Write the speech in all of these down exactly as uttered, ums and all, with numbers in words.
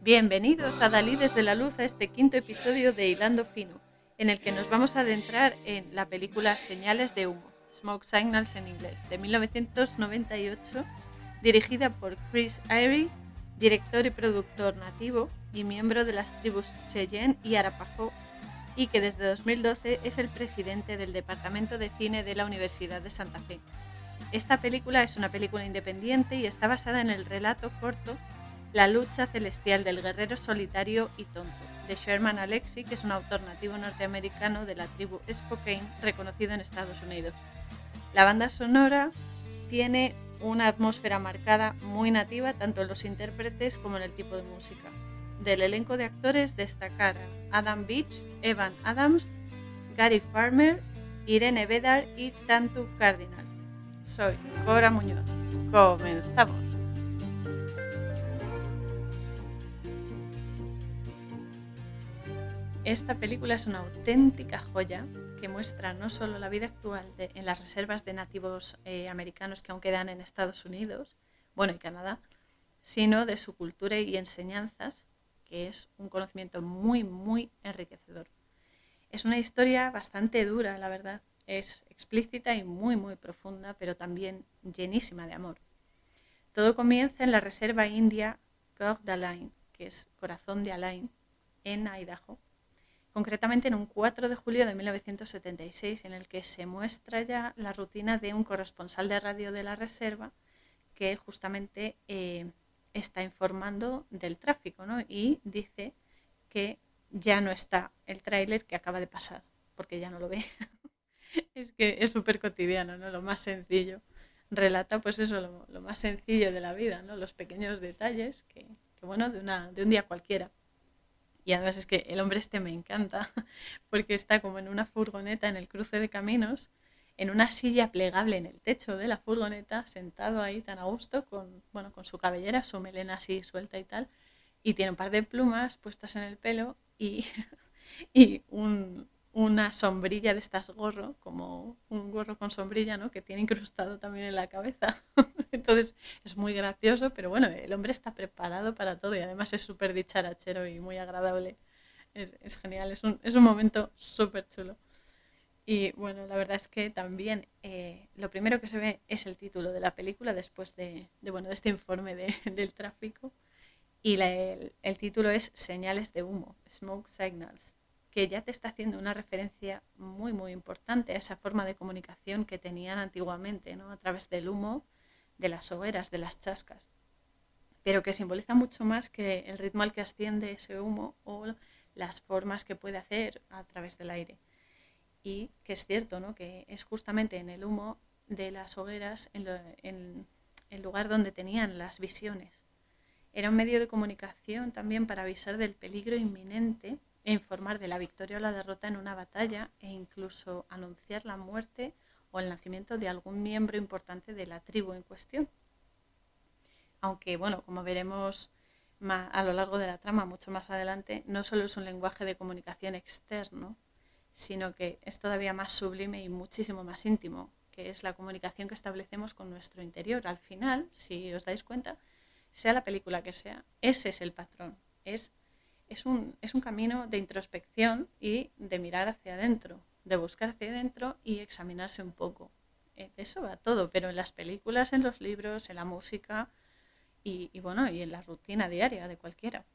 Bienvenidos a Dalí desde la luz a este quinto episodio de Hilando Fino, en el que nos vamos a adentrar en la película Señales de Humo, Smoke Signals en inglés, de mil novecientos noventa y ocho, dirigida por Chris Eyre, director y productor nativo y miembro de las tribus Cheyenne y Arapaho, y que desde dos mil doce es el presidente del Departamento de Cine de la Universidad de Santa Fe. Esta película es una película independiente y está basada en el relato corto La lucha celestial del guerrero solitario y tonto, de Sherman Alexie, que es un autor nativo norteamericano de la tribu Spokane, reconocido en Estados Unidos. La banda sonora tiene una atmósfera marcada muy nativa, tanto en los intérpretes como en el tipo de música. Del elenco de actores destacar a Adam Beach, Evan Adams, Gary Farmer, Irene Bedard y Tantu Cardinal. Soy Cora Muñoz. Comenzamos. Esta película es una auténtica joya que muestra no solo la vida actual de, en las reservas de nativos eh, americanos que aún quedan en Estados Unidos, bueno, y Canadá, sino de su cultura y enseñanzas, que es un conocimiento muy, muy enriquecedor. Es una historia bastante dura, la verdad. Es explícita y muy, muy profunda, pero también llenísima de amor. Todo comienza en la reserva india Coeur d'Alene, que es Corazón de Alain, en Idaho, concretamente en un cuatro de julio de mil novecientos setenta y seis, en el que se muestra ya la rutina de un corresponsal de radio de la reserva que justamente eh, está informando del tráfico, ¿no? Y dice que ya no está el tráiler que acaba de pasar, porque ya no lo ve. Es que es súper cotidiano, ¿no? Lo más sencillo. Relata, pues eso, lo, lo más sencillo de la vida, ¿no? Los pequeños detalles que, que bueno, de, una, de un día cualquiera. Y además es que el hombre este me encanta, porque está como en una furgoneta en el cruce de caminos, en una silla plegable en el techo de la furgoneta, sentado ahí tan a gusto, con, bueno, con su cabellera, su melena así suelta y tal, y tiene un par de plumas puestas en el pelo y, y un, una sombrilla de estas gorro, como un gorro con sombrilla, ¿no? Que tiene incrustado también en la cabeza. Entonces es muy gracioso, pero bueno, el hombre está preparado para todo y además es súper dicharachero y muy agradable. Es, es genial, es un, es un momento súper chulo. Y bueno, la verdad es que también eh, lo primero que se ve es el título de la película después de, de, bueno, de este informe de, del tráfico. Y la, el, el título es Señales de humo, Smoke Signals, que ya te está haciendo una referencia muy, muy importante a esa forma de comunicación que tenían antiguamente, ¿no? A través del humo, de las hogueras, de las chascas, pero que simboliza mucho más que el ritmo al que asciende ese humo o las formas que puede hacer a través del aire. Y que es cierto, ¿no? Que es justamente en el humo de las hogueras en, lo, en el lugar donde tenían las visiones. Era un medio de comunicación también para avisar del peligro inminente e informar de la victoria o la derrota en una batalla e incluso anunciar la muerte o el nacimiento de algún miembro importante de la tribu en cuestión. Aunque, bueno, como veremos más a lo largo de la trama mucho más adelante, no solo es un lenguaje de comunicación externo, sino que es todavía más sublime y muchísimo más íntimo, que es la comunicación que establecemos con nuestro interior. Al final, si os dais cuenta, sea la película que sea, ese es el patrón. Es, es, un, es un camino de introspección y de mirar hacia adentro, de buscar hacia adentro y examinarse un poco. Eso va todo, pero en las películas, en los libros, en la música y, y bueno, y en la rutina diaria de cualquiera.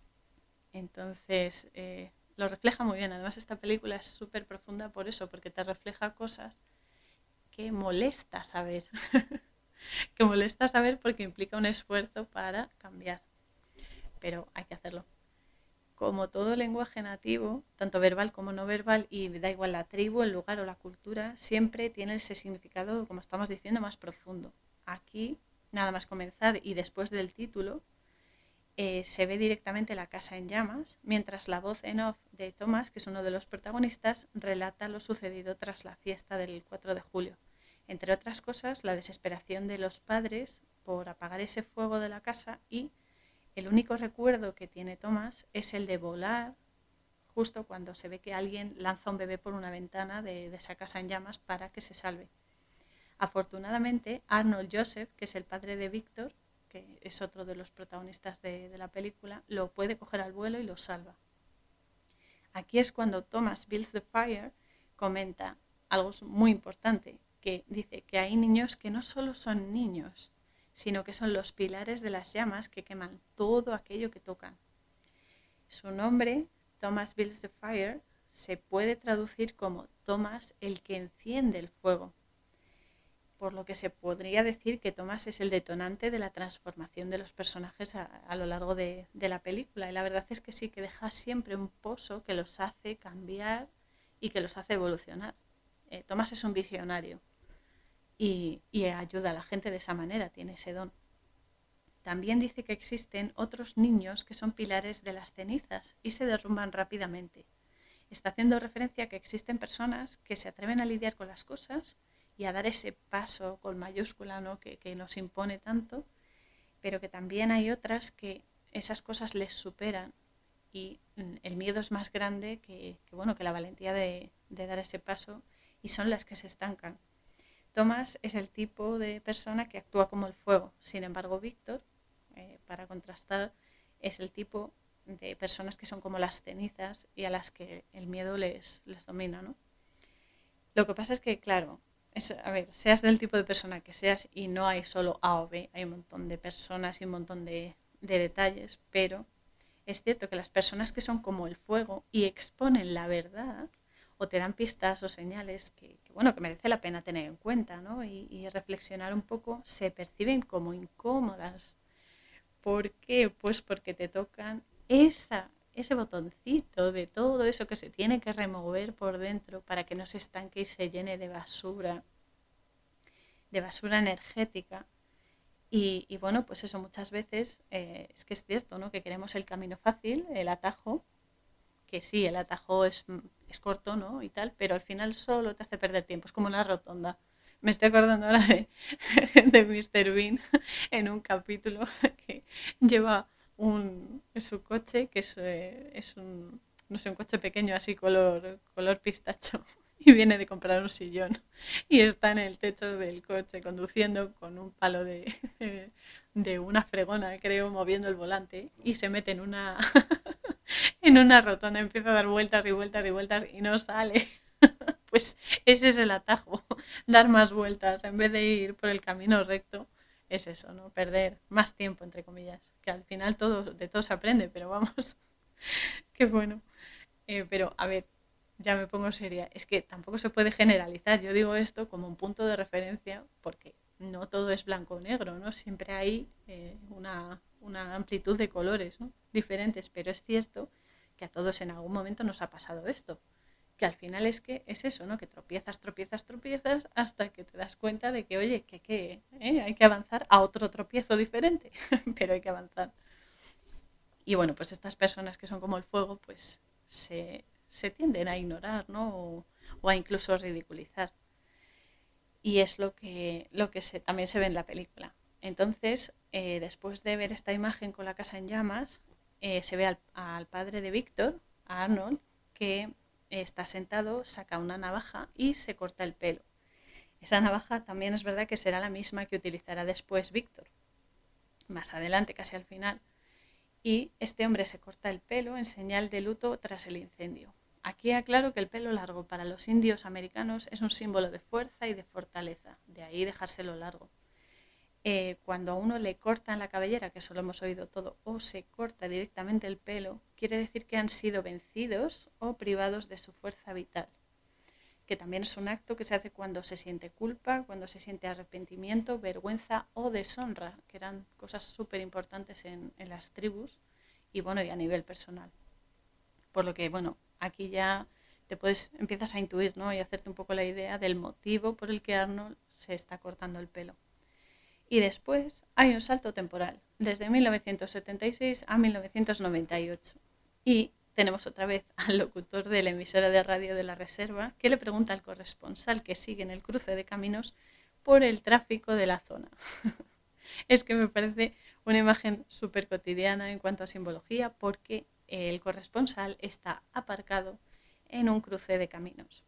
Entonces, eh, lo refleja muy bien. Además, esta película es súper profunda por eso, porque te refleja cosas que molesta saber. que molesta saber porque implica un esfuerzo para cambiar. Pero hay que hacerlo. Como todo lenguaje nativo, tanto verbal como no verbal, y da igual la tribu, el lugar o la cultura, siempre tiene ese significado, como estamos diciendo, más profundo. Aquí, nada más comenzar y después del título, eh, se ve directamente la casa en llamas, mientras la voz en off de Thomas, que es uno de los protagonistas, relata lo sucedido tras la fiesta del cuatro de julio. Entre otras cosas, la desesperación de los padres por apagar ese fuego de la casa y el único recuerdo que tiene Thomas es el de volar justo cuando se ve que alguien lanza un bebé por una ventana de, de esa casa en llamas para que se salve. Afortunadamente, Arnold Joseph, que es el padre de Víctor, que es otro de los protagonistas de, de la película, lo puede coger al vuelo y lo salva. Aquí es cuando Thomas Builds the Fire comenta algo muy importante, que dice que hay niños que no solo son niños, sino que son los pilares de las llamas que queman todo aquello que tocan. Su nombre, Thomas Builds the Fire, se puede traducir como Thomas el que enciende el fuego, por lo que se podría decir que Thomas es el detonante de la transformación de los personajes a, a lo largo de, de la película. Y la verdad es que sí, que deja siempre un pozo que los hace cambiar y que los hace evolucionar. Eh, Thomas es un visionario y, y ayuda a la gente de esa manera, tiene ese don. También dice que existen otros niños que son pilares de las cenizas y se derrumban rápidamente. Está haciendo referencia a que existen personas que se atreven a lidiar con las cosas y a dar ese paso con mayúscula, ¿no? que, que nos impone tanto, pero que también hay otras que esas cosas les superan y el miedo es más grande que, que, bueno, que la valentía de, de dar ese paso, y son las que se estancan. Thomas es el tipo de persona que actúa como el fuego, sin embargo Víctor, eh, para contrastar, es el tipo de personas que son como las cenizas y a las que el miedo les, les domina, ¿no? Lo que pasa es que, claro, es, a ver, seas del tipo de persona que seas, y no hay solo A o B, hay un montón de personas y un montón de, de detalles, pero es cierto que las personas que son como el fuego y exponen la verdad, o te dan pistas o señales que, que, bueno, que merece la pena tener en cuenta, ¿no? Y, y reflexionar un poco, se perciben como incómodas. ¿Por qué? Pues porque te tocan esa, ese botoncito de todo eso que se tiene que remover por dentro para que no se estanque y se llene de basura, de basura energética. Y, y bueno, pues eso muchas veces eh, es que es cierto, ¿no? Que queremos el camino fácil, el atajo, que sí, el atajo es, es corto, ¿no? Y tal, pero al final solo te hace perder tiempo, es como una rotonda. Me estoy acordando ahora de, de míster Bean en un capítulo que lleva un, su coche, que es, eh, es un, no sé, un coche pequeño así color, color pistacho, y viene de comprar un sillón y está en el techo del coche conduciendo con un palo de, de, de una fregona, creo, moviendo el volante, y se mete en una en una rotonda, empieza a dar vueltas y vueltas y vueltas y no sale. Pues ese es el atajo, dar más vueltas en vez de ir por el camino recto. Es eso, ¿no? Perder más tiempo, entre comillas, que al final todo, de todo se aprende, pero vamos, qué bueno. Eh, pero a ver, ya me pongo seria, es que tampoco se puede generalizar. Yo digo esto como un punto de referencia porque no todo es blanco o negro, ¿no? Siempre hay eh, una, una amplitud de colores, ¿no? Diferentes, pero es cierto que a todos en algún momento nos ha pasado esto, que al final es que es eso, ¿no? Que tropiezas, tropiezas, tropiezas hasta que te das cuenta de que, oye, que, que ¿eh? hay que avanzar a otro tropiezo diferente, pero hay que avanzar. Y bueno, pues estas personas que son como el fuego, pues se, se tienden a ignorar, ¿no? O, o a incluso ridiculizar. Y es lo que, lo que se, también se ve en la película. Entonces, eh, después de ver esta imagen con la casa en llamas, eh, se ve al, al padre de Víctor, a Arnold, que está sentado, saca una navaja y se corta el pelo. Esa navaja también es verdad que será la misma que utilizará después Víctor, más adelante, casi al final. Y este hombre se corta el pelo en señal de luto tras el incendio. Aquí aclaro que el pelo largo para los indios americanos es un símbolo de fuerza y de fortaleza, de ahí dejárselo largo. Eh, cuando a uno le cortan la cabellera, que eso lo hemos oído todo, o se corta directamente el pelo, quiere decir que han sido vencidos o privados de su fuerza vital, que también es un acto que se hace cuando se siente culpa, cuando se siente arrepentimiento, vergüenza o deshonra, que eran cosas súper importantes en, en las tribus y bueno, y a nivel personal. Por lo que, bueno, aquí ya te puedes, empiezas a intuir, ¿no? Y hacerte un poco la idea del motivo por el que Arnold se está cortando el pelo. Y después hay un salto temporal, desde mil novecientos setenta y seis a mil novecientos noventa y ocho. Y tenemos otra vez al locutor de la emisora de radio de la reserva que le pregunta al corresponsal que sigue en el cruce de caminos por el tráfico de la zona. Es que me parece una imagen súper cotidiana en cuanto a simbología, porque el corresponsal está aparcado en un cruce de caminos.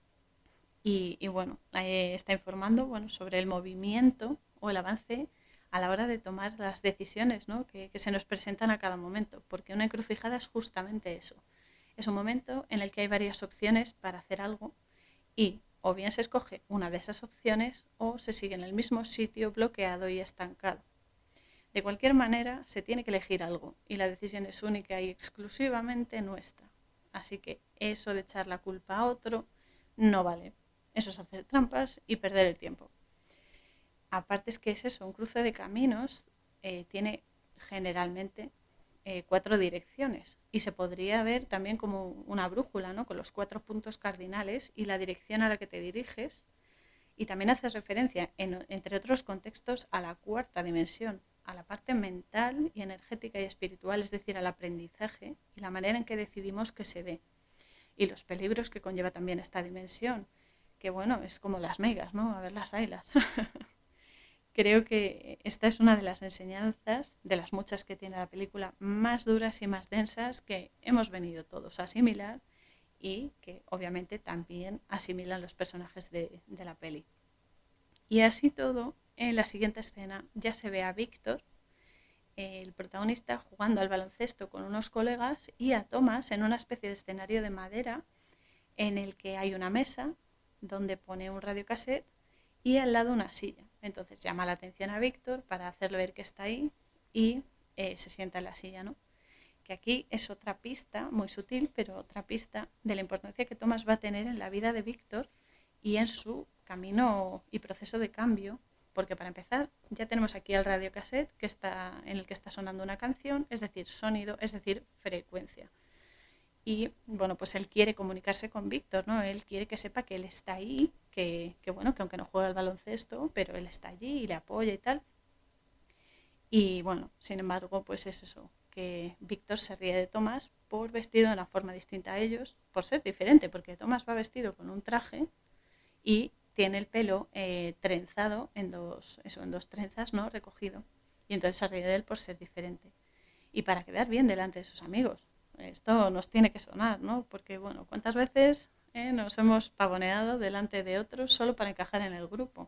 Y, y bueno, eh, está informando bueno, sobre el movimiento o el avance a la hora de tomar las decisiones, ¿no? que, que se nos presentan a cada momento, porque una encrucijada es justamente eso. Es un momento en el que hay varias opciones para hacer algo y o bien se escoge una de esas opciones o se sigue en el mismo sitio bloqueado y estancado. De cualquier manera, se tiene que elegir algo y la decisión es única y exclusivamente nuestra. Así que eso de echar la culpa a otro no vale. Eso es hacer trampas y perder el tiempo. Aparte es que es eso, un cruce de caminos eh, tiene generalmente eh, cuatro direcciones y se podría ver también como una brújula, ¿no? Con los cuatro puntos cardinales y la dirección a la que te diriges. Y también hace referencia, en, entre otros contextos, a la cuarta dimensión, a la parte mental y energética y espiritual, es decir, al aprendizaje y la manera en que decidimos que se dé. Y los peligros que conlleva también esta dimensión, que bueno, es como las megas, ¿no? A ver las haylas. Creo que esta es una de las enseñanzas, de las muchas que tiene la película, más duras y más densas que hemos venido todos a asimilar y que obviamente también asimilan los personajes de, de la peli. Y así todo, en la siguiente escena ya se ve a Víctor, el protagonista, jugando al baloncesto con unos colegas, y a Thomas en una especie de escenario de madera en el que hay una mesa donde pone un radiocassette y al lado una silla. Entonces llama la atención a Víctor para hacerle ver que está ahí y eh, se sienta en la silla, ¿no? Que aquí es otra pista, muy sutil, pero otra pista de la importancia que Thomas va a tener en la vida de Víctor y en su camino y proceso de cambio, porque para empezar ya tenemos aquí el radiocassette que está, en el que está sonando una canción, es decir, sonido, es decir, frecuencia. Y bueno, pues él quiere comunicarse con Víctor, ¿no? Él quiere que sepa que él está ahí, que, que bueno, que aunque no juega al baloncesto, pero él está allí y le apoya y tal. Y bueno, sin embargo, pues es eso, que Víctor se ríe de Thomas por vestido de una forma distinta a ellos, por ser diferente, porque Thomas va vestido con un traje y tiene el pelo eh, trenzado en dos, eso, en dos trenzas, ¿no? Recogido. Y entonces se ríe de él por ser diferente. Y para quedar bien delante de sus amigos. Esto nos tiene que sonar, ¿no? Porque, bueno, ¿cuántas veces eh, nos hemos pavoneado delante de otros solo para encajar en el grupo?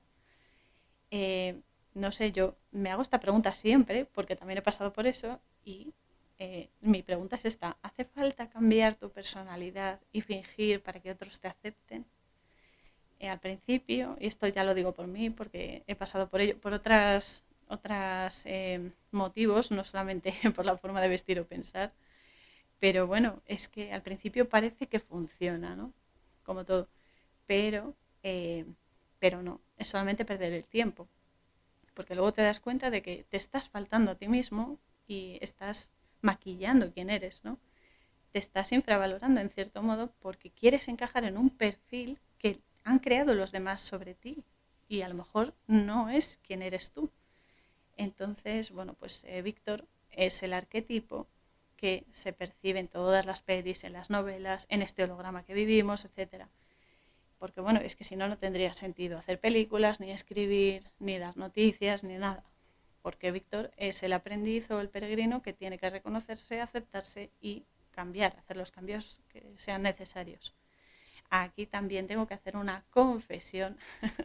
Eh, no sé, yo me hago esta pregunta siempre, porque también he pasado por eso, y eh, mi pregunta es esta: ¿hace falta cambiar tu personalidad y fingir para que otros te acepten? Eh, al principio, y esto ya lo digo por mí, porque he pasado por ello, por otras, otras eh, motivos, no solamente por la forma de vestir o pensar, pero bueno, es que al principio parece que funciona, ¿no? Como todo. Pero, eh, pero no, es solamente perder el tiempo. Porque luego te das cuenta de que te estás faltando a ti mismo y estás maquillando quién eres, ¿no? Te estás infravalorando en cierto modo porque quieres encajar en un perfil que han creado los demás sobre ti y a lo mejor no es quien eres tú. Entonces, bueno, pues eh, Víctor es el arquetipo que se percibe en todas las pelis, en las novelas, en este holograma que vivimos, etcétera. Porque bueno, es que si no, no tendría sentido hacer películas, ni escribir, ni dar noticias, ni nada. Porque Víctor es el aprendiz o el peregrino que tiene que reconocerse, aceptarse y cambiar, hacer los cambios que sean necesarios. Aquí también tengo que hacer una confesión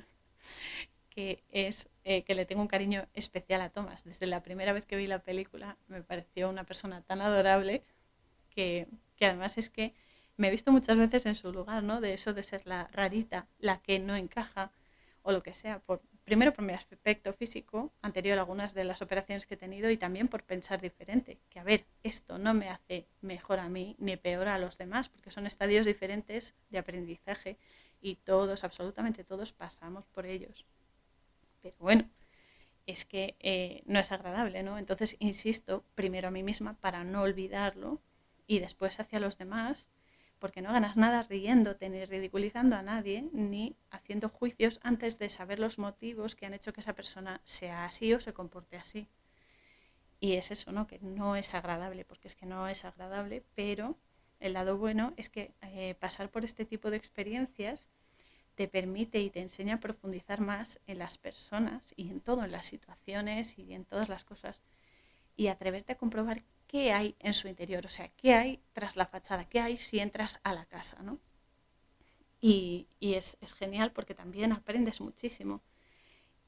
que es eh, que le tengo un cariño especial a Thomas. Desde la primera vez que vi la película me pareció una persona tan adorable que, que además es que me he visto muchas veces en su lugar, ¿no? De eso de ser la rarita, la que no encaja o lo que sea. Por, primero por mi aspecto físico, anterior a algunas de las operaciones que he tenido, y también por pensar diferente. Que a ver, esto no me hace mejor a mí ni peor a los demás, porque son estadios diferentes de aprendizaje y todos, absolutamente todos, pasamos por ellos. Pero bueno, es que eh, no es agradable, ¿no? Entonces insisto primero a mí misma para no olvidarlo y después hacia los demás, porque no ganas nada riéndote ni ridiculizando a nadie ni haciendo juicios antes de saber los motivos que han hecho que esa persona sea así o se comporte así. Y es eso, ¿no? Que no es agradable, porque es que no es agradable, pero el lado bueno es que eh, pasar por este tipo de experiencias te permite y te enseña a profundizar más en las personas y en todo, en las situaciones y en todas las cosas, y atreverte a comprobar qué hay en su interior, o sea, qué hay tras la fachada, qué hay si entras a la casa, ¿no? Y, y es, es genial porque también aprendes muchísimo.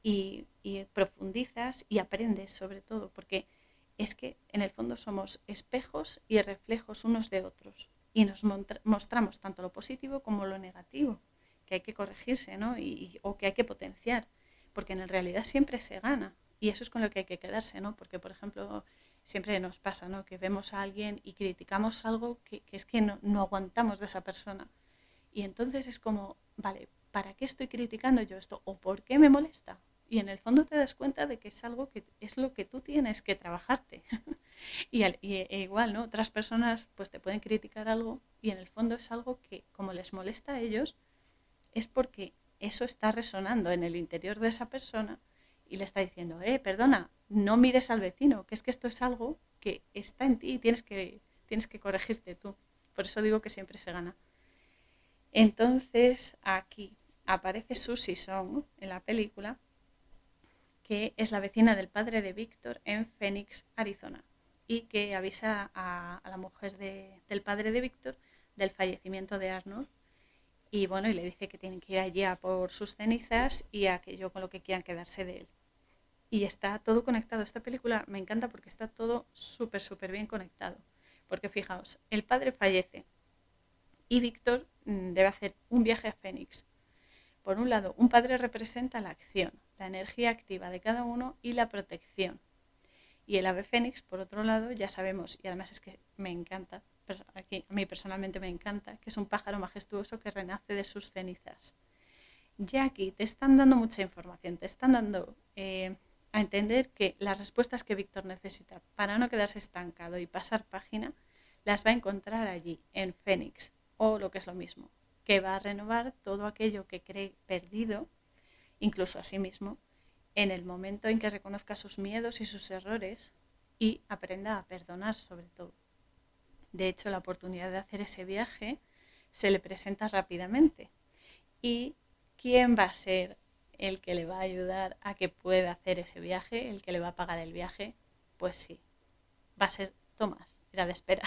y, y profundizas y aprendes sobre todo, porque es que en el fondo somos espejos y reflejos unos de otros y nos mostramos tanto lo positivo como lo negativo, que hay que corregirse, ¿no? Y, o que hay que potenciar, porque en realidad siempre se gana y eso es con lo que hay que quedarse, ¿no? Porque, por ejemplo, siempre nos pasa, ¿no? Que vemos a alguien y criticamos algo que, que es que no, no aguantamos de esa persona y entonces es como, vale, ¿para qué estoy criticando yo esto? ¿O por qué me molesta? Y en el fondo te das cuenta de que es algo que es lo que tú tienes que trabajarte. y, al, y e igual, ¿no? Otras personas pues te pueden criticar algo y en el fondo es algo que como les molesta a ellos es porque eso está resonando en el interior de esa persona y le está diciendo, eh, perdona, no mires al vecino, que es que esto es algo que está en ti y tienes que, tienes que corregirte tú. Por eso digo que siempre se gana. Entonces aquí aparece Susie Song en la película, que es la vecina del padre de Víctor en Phoenix, Arizona, y que avisa a, a la mujer de, del padre de Víctor del fallecimiento de Arnold. Y bueno, y le dice que tienen que ir allí a por sus cenizas y a aquello con lo que quieran quedarse de él. Y está todo conectado. Esta película me encanta porque está todo súper, súper bien conectado. Porque fijaos, el padre fallece y Víctor debe hacer un viaje a Phoenix. Por un lado, un padre representa la acción, la energía activa de cada uno y la protección. Y el ave fénix, por otro lado, ya sabemos, y además es que me encanta, aquí, a mí personalmente me encanta, que es un pájaro majestuoso que renace de sus cenizas. Ya aquí te están dando mucha información, te están dando eh, a entender que las respuestas que Víctor necesita para no quedarse estancado y pasar página, las va a encontrar allí, en Phoenix, o lo que es lo mismo, que va a renovar todo aquello que cree perdido, incluso a sí mismo, en el momento en que reconozca sus miedos y sus errores y aprenda a perdonar sobre todo. De hecho, la oportunidad de hacer ese viaje se le presenta rápidamente. ¿Y quién va a ser el que le va a ayudar a que pueda hacer ese viaje, el que le va a pagar el viaje? Pues sí, va a ser Tomás, era de esperar.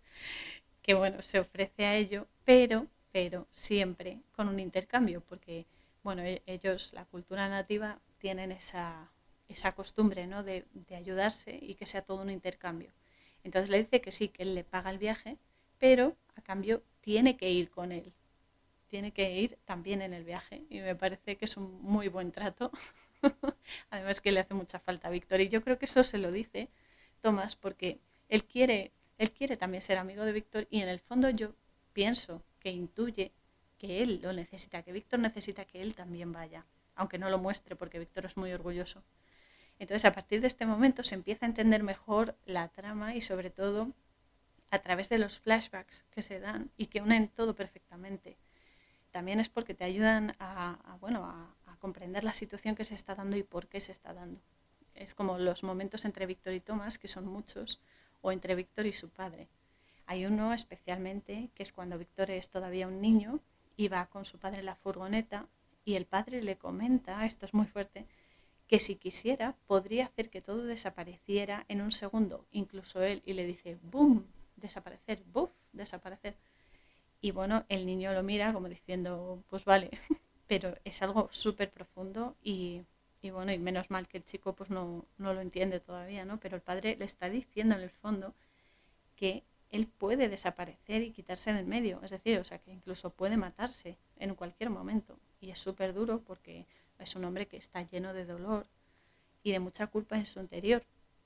Que bueno, se ofrece a ello, pero, pero siempre con un intercambio, porque bueno, ellos, la cultura nativa, tienen esa, esa costumbre, ¿no? de, de ayudarse y que sea todo un intercambio. Entonces le dice que sí, que él le paga el viaje, pero a cambio tiene que ir con él, tiene que ir también en el viaje y me parece que es un muy buen trato. Además que le hace mucha falta a Víctor y yo creo que eso se lo dice Tomás porque él quiere, él quiere también ser amigo de Víctor y en el fondo yo pienso que intuye que él lo necesita, que Víctor necesita que él también vaya, aunque no lo muestre porque Víctor es muy orgulloso. Entonces a partir de este momento se empieza a entender mejor la trama y sobre todo a través de los flashbacks que se dan y que unen todo perfectamente. También es porque te ayudan a, a, bueno, a, a comprender la situación que se está dando y por qué se está dando. Es como los momentos entre Víctor y Tomás, que son muchos, o entre Víctor y su padre. Hay uno especialmente que es cuando Víctor es todavía un niño y va con su padre en la furgoneta y el padre le comenta, esto es muy fuerte, que si quisiera podría hacer que todo desapareciera en un segundo, incluso él, y le dice, ¡boom!, desaparecer, ¡buf!, desaparecer. Y bueno, el niño lo mira como diciendo, pues vale, pero es algo súper profundo y, y bueno, y menos mal que el chico pues no, no lo entiende todavía, ¿no? Pero el padre le está diciendo en el fondo que él puede desaparecer y quitarse del medio, es decir, o sea, que incluso puede matarse en cualquier momento. Y es súper duro porque es un hombre que está lleno de dolor y de mucha culpa en su interior.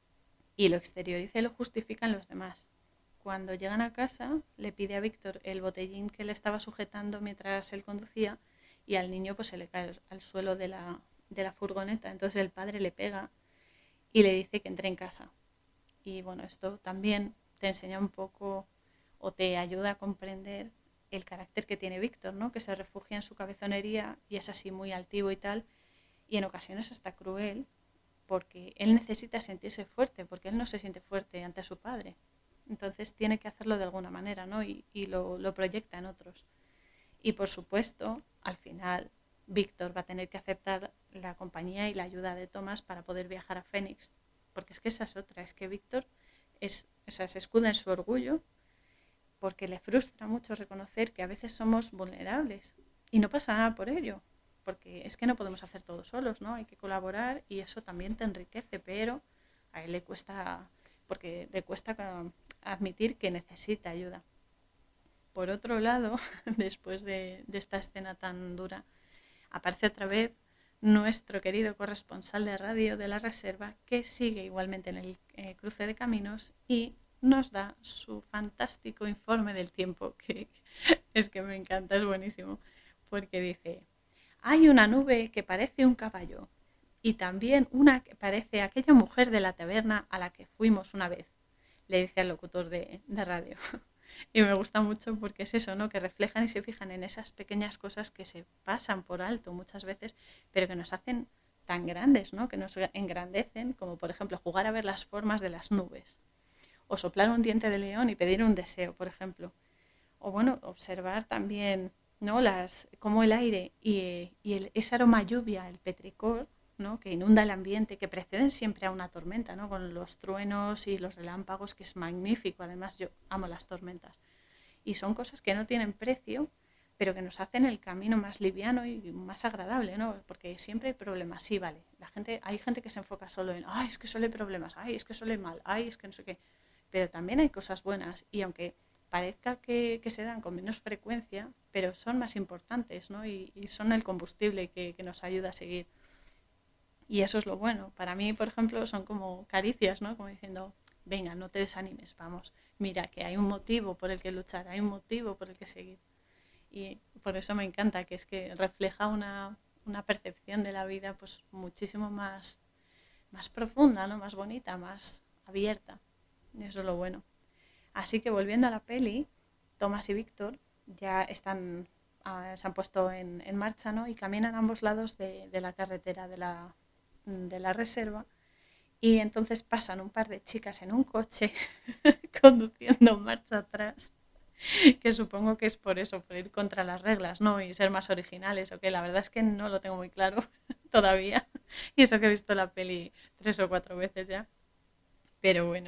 Y lo exterioriza y lo justifican los demás. Cuando llegan a casa, le pide a Víctor el botellín que le estaba sujetando mientras él conducía y al niño pues se le cae al suelo de la, de la furgoneta. Entonces el padre le pega y le dice que entre en casa. Y bueno, esto también te enseña un poco o te ayuda a comprender el carácter que tiene Víctor, ¿no? Que se refugia en su cabezonería y es así muy altivo y tal, y en ocasiones hasta cruel, porque él necesita sentirse fuerte, porque él no se siente fuerte ante su padre. Entonces tiene que hacerlo de alguna manera, ¿no? Y, y lo, lo proyecta en otros. Y por supuesto, al final, Víctor va a tener que aceptar la compañía y la ayuda de Tomás para poder viajar a Phoenix, porque es que esa es otra, es que Víctor es, o sea, se escuda en su orgullo porque le frustra mucho reconocer que a veces somos vulnerables y no pasa nada por ello. porque es que no podemos hacer todo solos, ¿no? Hay que colaborar y eso también te enriquece, pero a él le cuesta, porque le cuesta admitir que necesita ayuda. Por otro lado, después de, de esta escena tan dura, aparece otra vez nuestro querido corresponsal de radio de la reserva, que sigue igualmente en el eh, cruce de caminos y nos da su fantástico informe del tiempo, que es que me encanta, es buenísimo, porque dice: hay una nube que parece un caballo y también una que parece aquella mujer de la taberna a la que fuimos una vez, le dice al locutor de, de radio. Y me gusta mucho porque es eso, ¿no? Que reflejan y se fijan en esas pequeñas cosas que se pasan por alto muchas veces, pero que nos hacen tan grandes, ¿no? Que nos engrandecen, como por ejemplo jugar a ver las formas de las nubes, o soplar un diente de león y pedir un deseo, por ejemplo. O bueno, observar también, ¿no? Las, cómo el aire y, y el, ese aroma lluvia, el petricor, ¿no? Que inunda el ambiente, que preceden siempre a una tormenta, ¿no? Con los truenos y los relámpagos, que es magnífico. Además, yo amo las tormentas. Y son cosas que no tienen precio, pero que nos hacen el camino más liviano y más agradable, ¿no? Porque siempre hay problemas, sí, vale. La gente, hay gente que se enfoca solo en, ay, es que solo hay problemas, ay, es que solo hay mal, ay, es que no sé qué. Pero también hay cosas buenas y aunque parezca que, que se dan con menos frecuencia, pero son más importantes, ¿no? Y, y son el combustible que, que nos ayuda a seguir. Y eso es lo bueno. Para mí, por ejemplo, son como caricias, ¿no? Como diciendo, venga, no te desanimes, vamos. Mira, que hay un motivo por el que luchar, hay un motivo por el que seguir. Y por eso me encanta, que es que refleja una, una percepción de la vida pues muchísimo más, más profunda, ¿no? Más bonita, más abierta. Y eso es lo bueno. Así que volviendo a la peli, Tomás y Víctor ya están, uh, se han puesto en, en marcha, ¿no? Y caminan a ambos lados de, de la carretera de la, de la reserva. Y entonces pasan un par de chicas en un coche conduciendo marcha atrás, que supongo que es por eso, por ir contra las reglas, ¿no? Y ser más originales, o que la verdad es que no lo tengo muy claro todavía. Y eso que he visto la peli tres o cuatro veces ya. Pero bueno,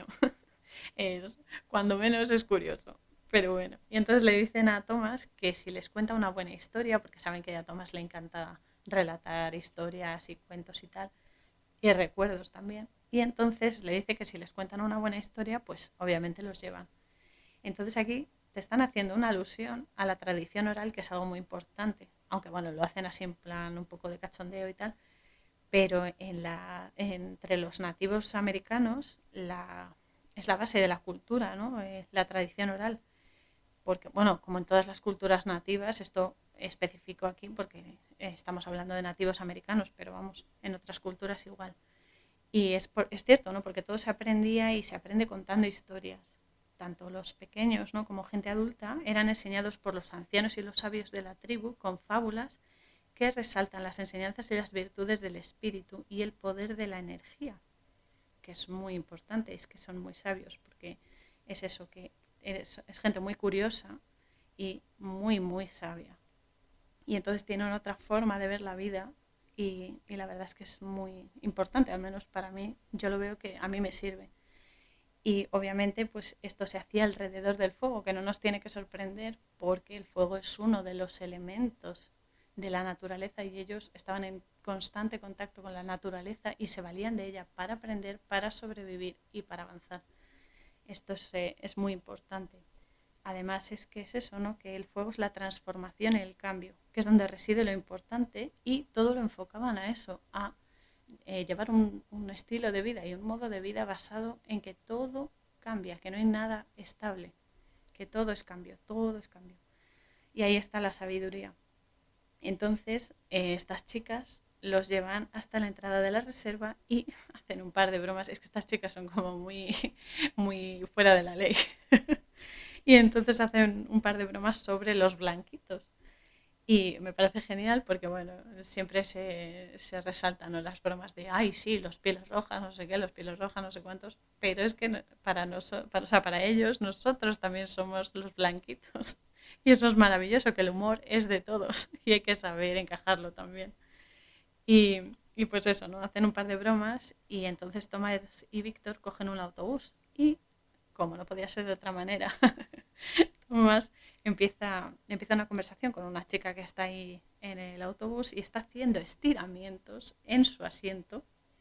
es, cuando menos es curioso. Pero bueno, y entonces le dicen a Tomás que si les cuenta una buena historia, porque saben que a Tomás le encanta relatar historias y cuentos y tal, y recuerdos también. Y entonces le dice que si les cuentan una buena historia, pues obviamente los llevan. Entonces aquí te están haciendo una alusión a la tradición oral, que es algo muy importante, aunque bueno, lo hacen así en plan un poco de cachondeo y tal, pero en la, entre los nativos americanos la, es la base de la cultura, ¿no? Eh, la tradición oral. Porque, bueno, como en todas las culturas nativas, esto específico aquí porque estamos hablando de nativos americanos, pero vamos, en otras culturas igual. Y es, por, es cierto, ¿no? Porque todo se aprendía y se aprende contando historias. Tanto los pequeños, ¿no? como gente adulta eran enseñados por los ancianos y los sabios de la tribu con fábulas que resaltan las enseñanzas y las virtudes del espíritu y el poder de la energía, que es muy importante, es que son muy sabios, porque es eso, que es, es gente muy curiosa y muy, muy sabia. Y entonces tienen otra forma de ver la vida y, y la verdad es que es muy importante, al menos para mí, yo lo veo que a mí me sirve. Y obviamente pues esto se hacía alrededor del fuego, que no nos tiene que sorprender porque el fuego es uno de los elementos de la naturaleza y ellos estaban en constante contacto con la naturaleza y se valían de ella para aprender, para sobrevivir y para avanzar. Esto es, eh, es muy importante. Además es que es eso, ¿no? Que el fuego es la transformación y el cambio, que es donde reside lo importante y todo lo enfocaban a eso, a eh, llevar un, un estilo de vida y un modo de vida basado en que todo cambia, que no hay nada estable, que todo es cambio, todo es cambio. Y ahí está la sabiduría. Entonces, eh, estas chicas los llevan hasta la entrada de la reserva y hacen un par de bromas. Es que estas chicas son como muy, muy fuera de la ley. Y entonces hacen un par de bromas sobre los blanquitos. Y me parece genial porque, bueno, siempre se, se resaltan, ¿no? Las bromas de, ay, sí, los pieles rojas, no sé qué, los pieles rojas, no sé cuántos. Pero es que para, noso- para, o sea, para ellos, nosotros también somos los blanquitos. Y eso es maravilloso, que el humor es de todos y hay que saber encajarlo también. Y, y pues eso, ¿no? Hacen un par de bromas y entonces Tomás y Víctor cogen un autobús y, como no podía ser de otra manera, Tomás empieza, empieza una conversación con una chica que está ahí en el autobús y está haciendo estiramientos en su asiento.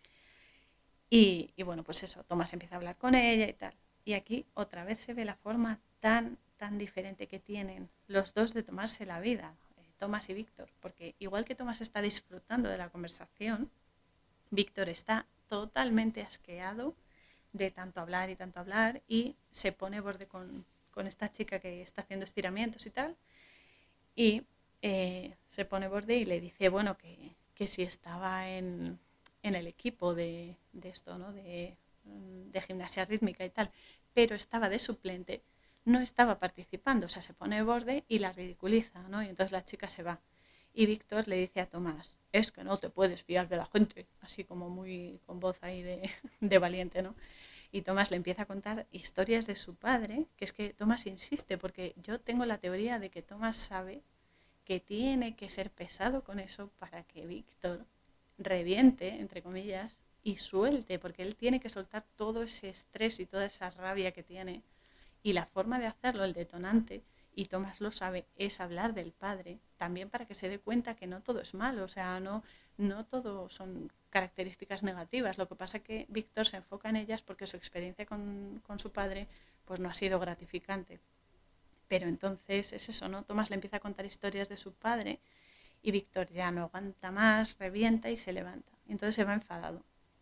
Y, y bueno, pues eso, Tomás empieza a hablar con ella y tal. Y aquí otra vez se ve la forma tan, tan diferente que tienen los dos de tomarse la vida, eh, Tomás y Víctor. Porque igual que Tomás está disfrutando de la conversación, Víctor está totalmente asqueado de tanto hablar y tanto hablar y se pone borde con, con esta chica que está haciendo estiramientos y tal. Y eh, se pone borde y le dice, bueno, que, que si estaba en, en el equipo de, de esto, ¿no? De, de gimnasia rítmica y tal, pero estaba de suplente, no estaba participando, o sea, se pone borde y la ridiculiza, ¿no? Y entonces la chica se va. Y Víctor le dice a Tomás, es que no te puedes fiar de la gente, así como muy con voz ahí de, de valiente, ¿no? Y Tomás le empieza a contar historias de su padre, que es que Tomás insiste, porque yo tengo la teoría de que Tomás sabe que tiene que ser pesado con eso para que Víctor reviente, entre comillas, y suelte, porque él tiene que soltar todo ese estrés y toda esa rabia que tiene. Y la forma de hacerlo, el detonante, y Tomás lo sabe, es hablar del padre, también para que se dé cuenta que no todo es malo, o sea, no, no todo son características negativas. Lo que pasa es que Víctor se enfoca en ellas porque su experiencia con, con su padre pues no ha sido gratificante. Pero entonces es eso, ¿no? Tomás le empieza a contar historias de su padre y Víctor ya no aguanta más, revienta y se levanta. Entonces se va enfadado.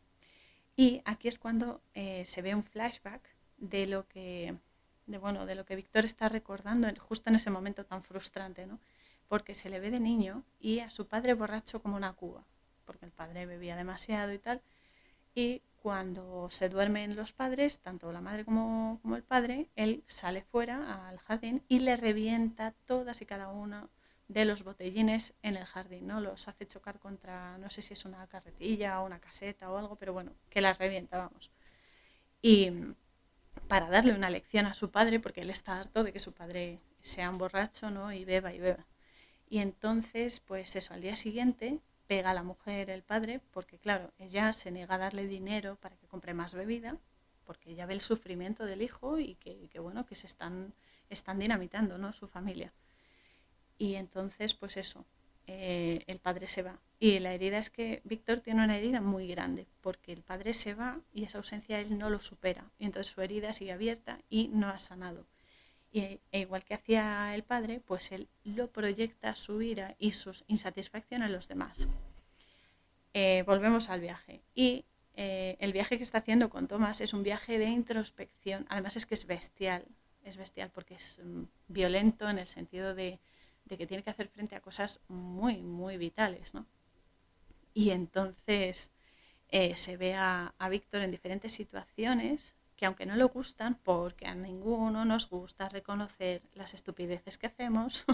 Y aquí es cuando eh, se ve un flashback de lo que, de, bueno, de lo que Víctor está recordando justo en ese momento tan frustrante, ¿no? Porque se le ve de niño y a su padre borracho como una cuba, porque el padre bebía demasiado y tal. Y cuando se duermen los padres, tanto la madre como, como el padre, él sale fuera al jardín y le revienta todas y cada uno de los botellines en el jardín, ¿no? Los hace chocar contra, no sé si es una carretilla o una caseta o algo, pero bueno, que las revienta, vamos. Y para darle una lección a su padre, porque él está harto de que su padre sea un borracho, ¿no? Y beba y beba. Y entonces, pues eso, al día siguiente pega a la mujer el padre, porque claro, ella se niega a darle dinero para que compre más bebida, porque ella ve el sufrimiento del hijo y que, que bueno, que se están, están dinamitando, ¿no? Su familia. Y entonces, pues eso, eh, el padre se va. Y la herida es que Víctor tiene una herida muy grande, porque el padre se va y esa ausencia él no lo supera. Y entonces su herida sigue abierta y no ha sanado. Y, e igual que hacía el padre, pues él lo proyecta su ira y su insatisfacción en los demás. Eh, volvemos al viaje. Y eh, el viaje que está haciendo con Tomás es un viaje de introspección. Además es que es bestial. Es bestial porque es um, violento en el sentido de, de que tiene que hacer frente a cosas muy, muy vitales, ¿no? Y entonces eh, se ve a, a Víctor en diferentes situaciones que aunque no le gustan, porque a ninguno nos gusta reconocer las estupideces que hacemos,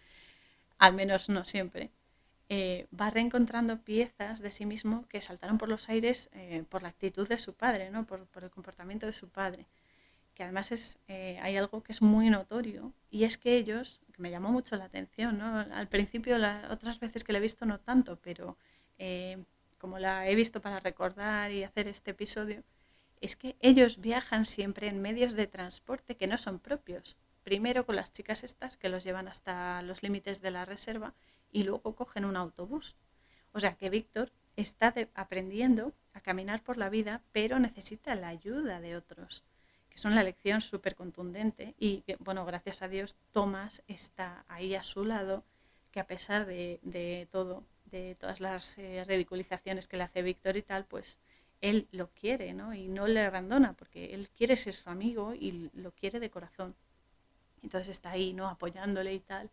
al menos no siempre, eh, va reencontrando piezas de sí mismo que saltaron por los aires eh, por la actitud de su padre, ¿no? por, por el comportamiento de su padre. Que además es, eh, hay algo que es muy notorio y es que ellos, que me llamó mucho la atención, ¿no? Al principio, la, otras veces que la he visto no tanto, pero eh, como la he visto para recordar y hacer este episodio, es que ellos viajan siempre en medios de transporte que no son propios. Primero con las chicas estas que los llevan hasta los límites de la reserva y luego cogen un autobús. O sea que Víctor está de, aprendiendo a caminar por la vida, pero necesita la ayuda de otros, que es una lección súper contundente y que, bueno, gracias a Dios Tomás está ahí a su lado, que a pesar de, de todo, de todas las eh, ridiculizaciones que le hace Víctor y tal, pues él lo quiere, ¿no? Y no le abandona porque él quiere ser su amigo y lo quiere de corazón. Entonces está ahí, ¿no? Apoyándole y tal.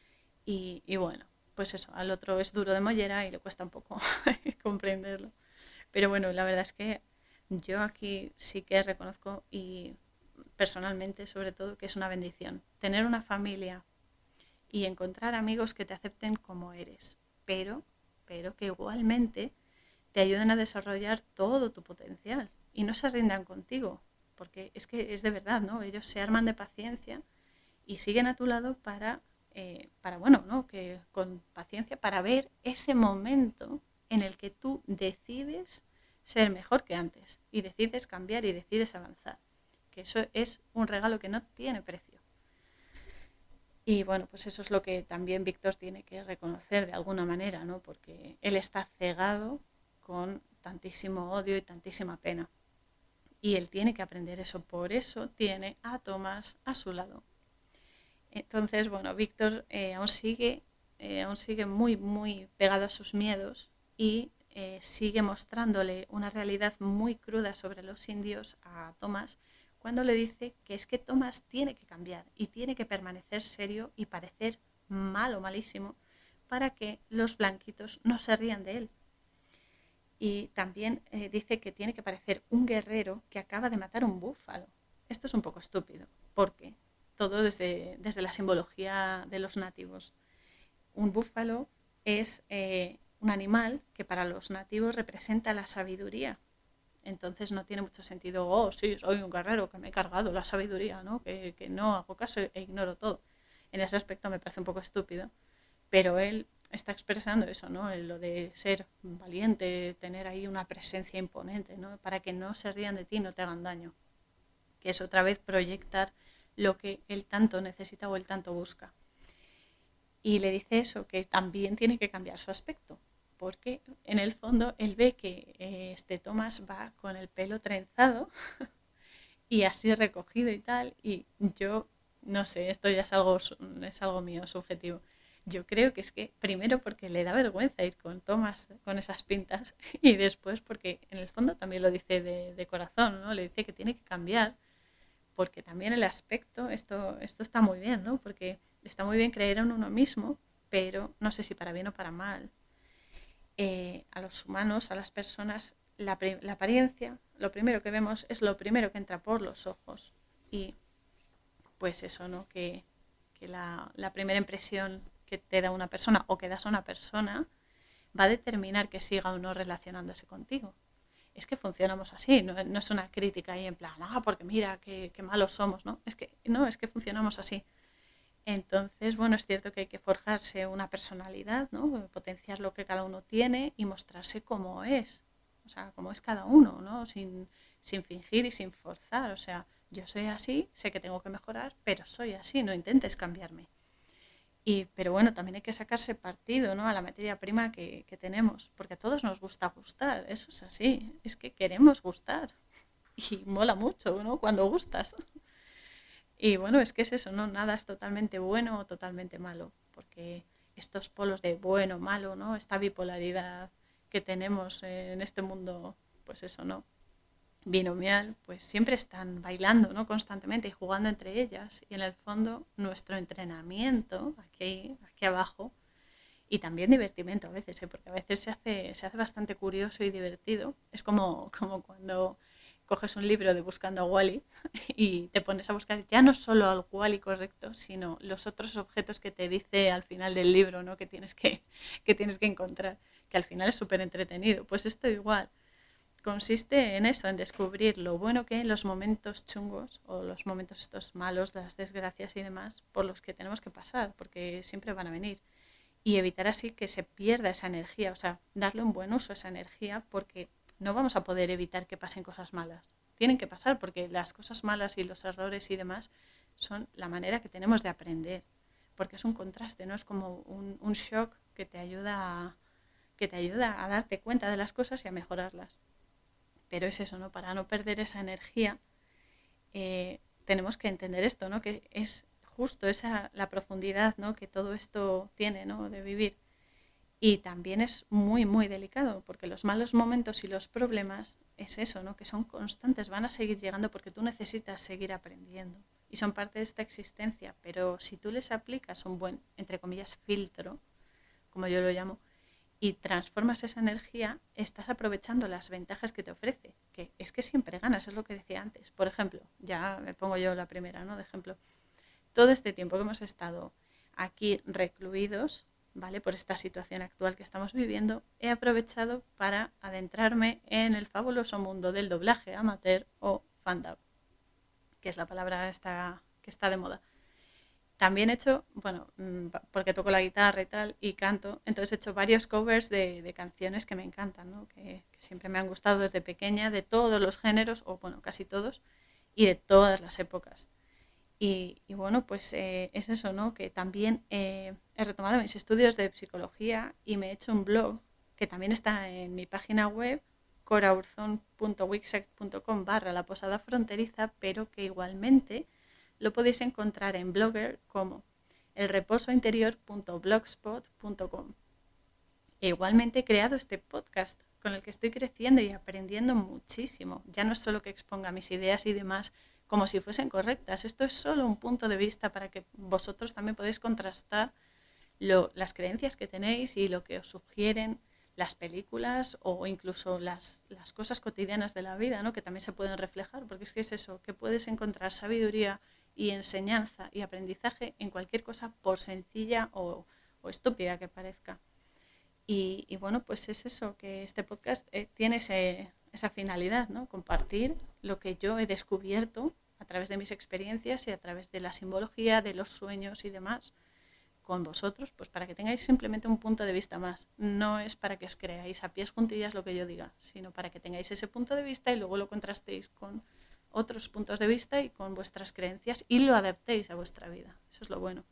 Y, y bueno, pues eso, al otro es duro de mollera y le cuesta un poco comprenderlo. Pero bueno, la verdad es que yo aquí sí que reconozco y personalmente sobre todo que es una bendición tener una familia y encontrar amigos que te acepten como eres, pero, pero que igualmente te ayuden a desarrollar todo tu potencial y no se rindan contigo, porque es que es de verdad, ¿no? Ellos se arman de paciencia y siguen a tu lado para, eh, para bueno, ¿no? Que con paciencia para ver ese momento en el que tú decides ser mejor que antes y decides cambiar y decides avanzar, que eso es un regalo que no tiene precio. Y bueno, pues eso es lo que también Víctor tiene que reconocer de alguna manera, ¿no? Porque él está cegado con tantísimo odio y tantísima pena. Y él tiene que aprender eso, por eso tiene a Tomás a su lado. Entonces, bueno, Víctor eh, aún sigue, eh, aún sigue muy, muy pegado a sus miedos y eh, sigue mostrándole una realidad muy cruda sobre los indios a Tomás cuando le dice que es que Tomás tiene que cambiar y tiene que permanecer serio y parecer malo, malísimo, para que los blanquitos no se rían de él. Y también eh, dice que tiene que parecer un guerrero que acaba de matar un búfalo. Esto es un poco estúpido, porque todo desde, desde la simbología de los nativos. Un búfalo es eh, un animal que para los nativos representa la sabiduría. Entonces no tiene mucho sentido, oh, sí, soy un guerrero que me he cargado la sabiduría, ¿no? que, que no hago caso e ignoro todo. En ese aspecto me parece un poco estúpido, pero él está expresando eso, ¿no? Lo de ser valiente, tener ahí una presencia imponente, ¿no? Para que no se rían de ti, no te hagan daño. Que es otra vez proyectar lo que él tanto necesita o él tanto busca. Y le dice eso, que también tiene que cambiar su aspecto, porque en el fondo él ve que eh, este Tomás va con el pelo trenzado y así recogido y tal, y yo, no sé, esto ya es algo, es algo mío, subjetivo. Yo creo que es que primero porque le da vergüenza ir con Tomás con esas pintas y después porque en el fondo también lo dice de, de corazón, ¿no? Le dice que tiene que cambiar porque también el aspecto, esto, esto está muy bien, ¿no? Porque está muy bien creer en uno mismo, pero no sé si para bien o para mal. Eh, a los humanos, a las personas, la, la apariencia, lo primero que vemos es lo primero que entra por los ojos. Y pues eso, ¿no? Que, que la, la primera impresión que te da una persona o que das a una persona va a determinar que siga o no relacionándose contigo. Es que funcionamos así, no, no es una crítica ahí en plan, ah, porque mira, qué, qué malos somos, ¿no? Es que no, es que funcionamos así. Entonces, bueno, es cierto que hay que forjarse una personalidad, ¿no? Potenciar lo que cada uno tiene y mostrarse como es, o sea, como es cada uno, ¿no? Sin, sin fingir y sin forzar, o sea, yo soy así, sé que tengo que mejorar, pero soy así, no intentes cambiarme. Y, pero bueno, también hay que sacarse partido, ¿no? A la materia prima que, que tenemos, porque a todos nos gusta gustar, eso es así, es que queremos gustar y mola mucho, ¿no? Cuando gustas. Y bueno, es que es eso, ¿no? Nada es totalmente bueno o totalmente malo, porque estos polos de bueno, malo, ¿no? Esta bipolaridad que tenemos en este mundo, pues eso, ¿no? Binomial, pues siempre están bailando, ¿no? Constantemente y jugando entre ellas. Y en el fondo, nuestro entrenamiento, aquí, aquí abajo, y también divertimento a veces, ¿eh? Porque a veces se hace, se hace bastante curioso y divertido. Es como, como cuando coges un libro de Buscando a Wally y te pones a buscar ya no solo al Wally correcto, sino los otros objetos que te dice al final del libro, ¿no? Que tienes que, que, tienes que encontrar, que al final es súper entretenido. Pues esto igual consiste en eso, en descubrir lo bueno que hay en los momentos chungos o los momentos estos malos, las desgracias y demás por los que tenemos que pasar, porque siempre van a venir. Y evitar así que se pierda esa energía, o sea, darle un buen uso a esa energía porque no vamos a poder evitar que pasen cosas malas. Tienen que pasar porque las cosas malas y los errores y demás son la manera que tenemos de aprender, porque es un contraste, ¿no? Es como un, un shock que te ayuda a, que te ayuda a darte cuenta de las cosas y a mejorarlas. Pero es eso, ¿no? Para no perder esa energía, eh, tenemos que entender esto, ¿no? Que es justo esa la profundidad, ¿no? Que todo esto tiene, ¿no? De vivir. Y también es muy, muy delicado, porque los malos momentos y los problemas es eso, ¿no? Que son constantes, van a seguir llegando porque tú necesitas seguir aprendiendo. Y son parte de esta existencia, pero si tú les aplicas un buen, entre comillas, filtro, como yo lo llamo, y transformas esa energía, estás aprovechando las ventajas que te ofrece, que es que siempre ganas, es lo que decía antes. Por ejemplo, ya me pongo yo la primera, ¿no? De ejemplo, todo este tiempo que hemos estado aquí recluidos, ¿vale? Por esta situación actual que estamos viviendo, he aprovechado para adentrarme en el fabuloso mundo del doblaje amateur o fandub, que es la palabra esta, que está de moda. También he hecho, bueno, porque toco la guitarra y tal, y canto, entonces he hecho varios covers de, de canciones que me encantan, ¿no? que, que siempre me han gustado desde pequeña, de todos los géneros, o bueno, casi todos, y de todas las épocas. Y, y bueno, pues eh, es eso, ¿no? Que también eh, he retomado mis estudios de psicología y me he hecho un blog que también está en mi página web, coraurzon punto wixsite punto com barra la posada fronteriza, pero que igualmente lo podéis encontrar en Blogger como elreposointerior punto blogspot punto com. E igualmente he creado este podcast con el que estoy creciendo y aprendiendo muchísimo. Ya no es solo que exponga mis ideas y demás como si fuesen correctas. Esto es solo un punto de vista para que vosotros también podáis contrastar lo, las creencias que tenéis y lo que os sugieren las películas o incluso las, las cosas cotidianas de la vida, ¿no? Que también se pueden reflejar, porque es que es eso, que puedes encontrar sabiduría y enseñanza y aprendizaje en cualquier cosa, por sencilla o, o estúpida que parezca. Y, y bueno, pues es eso, que este podcast eh, tiene ese, esa finalidad, ¿no? Compartir lo que yo he descubierto a través de mis experiencias y a través de la simbología, de los sueños y demás con vosotros, pues para que tengáis simplemente un punto de vista más. No es para que os creáis a pies juntillas lo que yo diga, sino para que tengáis ese punto de vista y luego lo contrastéis con otros puntos de vista y con vuestras creencias y lo adaptéis a vuestra vida. Eso es lo bueno.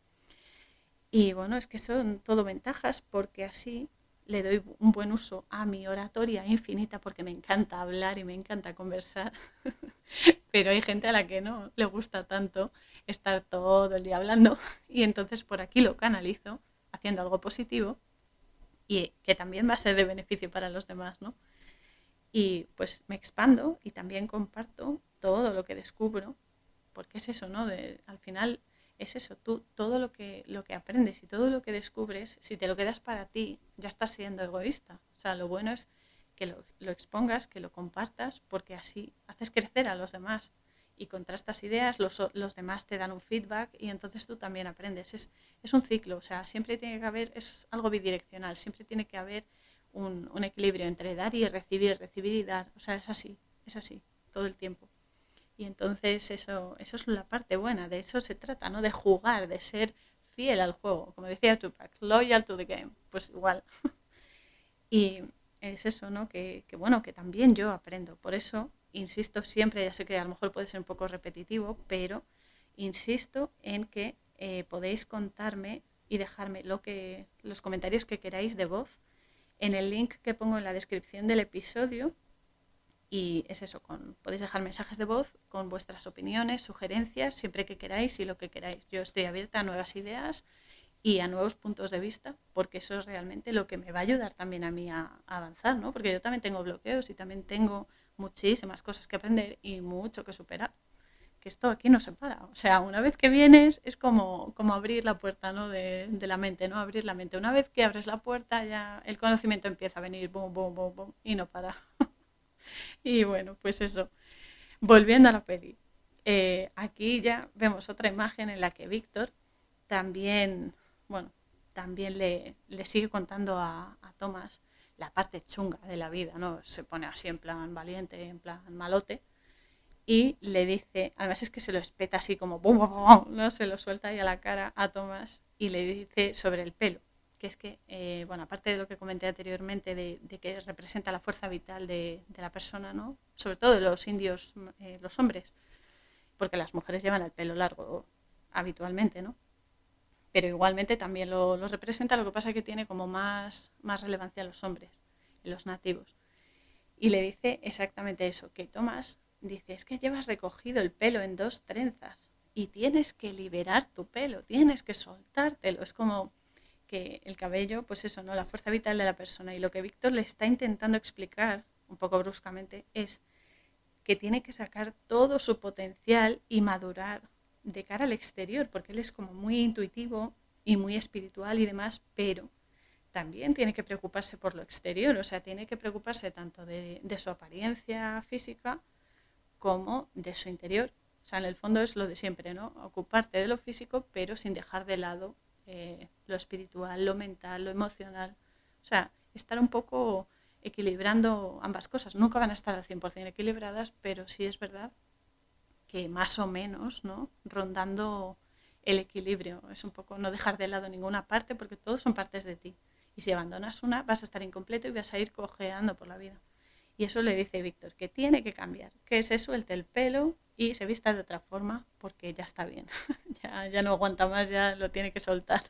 Y bueno, es que son todo ventajas porque así le doy un buen uso a mi oratoria infinita porque me encanta hablar y me encanta conversar. Pero hay gente a la que no le gusta tanto estar todo el día hablando y entonces por aquí lo canalizo haciendo algo positivo y que también va a ser de beneficio para los demás, ¿no? Y pues me expando y también comparto todo lo que descubro, porque es eso, ¿no? De, al final es eso, tú todo lo que, lo que aprendes y todo lo que descubres, si te lo quedas para ti, ya estás siendo egoísta. O sea, lo bueno es que lo, lo expongas, que lo compartas, porque así haces crecer a los demás y contrastas ideas, los, los demás te dan un feedback y entonces tú también aprendes. Es, es un ciclo, o sea, siempre tiene que haber, es algo bidireccional, siempre tiene que haber un, un equilibrio entre dar y recibir, recibir y dar. O sea, es así, es así, todo el tiempo. Y entonces eso, eso es la parte buena, de eso se trata, ¿no? De jugar, de ser fiel al juego, como decía Tupac, loyal to the game, pues igual. Y es eso, ¿no? Que, que bueno, que también yo aprendo. Por eso insisto siempre, ya sé que a lo mejor puede ser un poco repetitivo, pero insisto en que eh, podéis contarme y dejarme lo que, los comentarios que queráis de voz en el link que pongo en la descripción del episodio. Y es eso, con, podéis dejar mensajes de voz con vuestras opiniones, sugerencias, siempre que queráis y lo que queráis. Yo estoy abierta a nuevas ideas y a nuevos puntos de vista, porque eso es realmente lo que me va a ayudar también a mí a, a avanzar, ¿no? Porque yo también tengo bloqueos y también tengo muchísimas cosas que aprender y mucho que superar. Que esto aquí no se para. O sea, una vez que vienes es como, como abrir la puerta, ¿no? de, de la mente, ¿no? Abrir la mente. Una vez que abres la puerta ya el conocimiento empieza a venir, boom, boom, boom, boom, y no para. Y bueno, pues eso. Volviendo a la peli. Eh, aquí ya vemos otra imagen en la que Víctor también, bueno, también le, le sigue contando a, a Thomas la parte chunga de la vida, ¿no? Se pone así en plan valiente, en plan malote, y le dice, además es que se lo espeta así como, bum, bum, bum, ¿no? Se lo suelta ahí a la cara a Thomas y le dice sobre el pelo, que es que, eh, bueno, aparte de lo que comenté anteriormente de, de que representa la fuerza vital de, de la persona, ¿no? Sobre todo de los indios, eh, los hombres, porque las mujeres llevan el pelo largo habitualmente, ¿no? Pero igualmente también lo, lo representa, lo que pasa es que tiene como más, más relevancia a los hombres, los nativos. Y le dice exactamente eso, que Thomas dice, es que llevas recogido el pelo en dos trenzas y tienes que liberar tu pelo, tienes que soltártelo. Es como que el cabello, pues eso, ¿no? La fuerza vital de la persona. Y lo que Víctor le está intentando explicar, un poco bruscamente, es que tiene que sacar todo su potencial y madurar de cara al exterior, porque él es como muy intuitivo y muy espiritual y demás, pero también tiene que preocuparse por lo exterior, o sea, tiene que preocuparse tanto de, de su apariencia física como de su interior. O sea, en el fondo es lo de siempre, ¿no? Ocuparte de lo físico, pero sin dejar de lado eh, lo espiritual, lo mental, lo emocional. O sea, estar un poco equilibrando ambas cosas. Nunca van a estar al cien por ciento equilibradas, pero sí es verdad que más o menos, ¿no? Rondando el equilibrio. Es un poco no dejar de lado ninguna parte, porque todos son partes de ti. Y si abandonas una, vas a estar incompleto y vas a ir cojeando por la vida. Y eso le dice Víctor, que tiene que cambiar, que se suelte el pelo y se vista de otra forma porque ya está bien, ya, ya no aguanta más, ya lo tiene que soltar.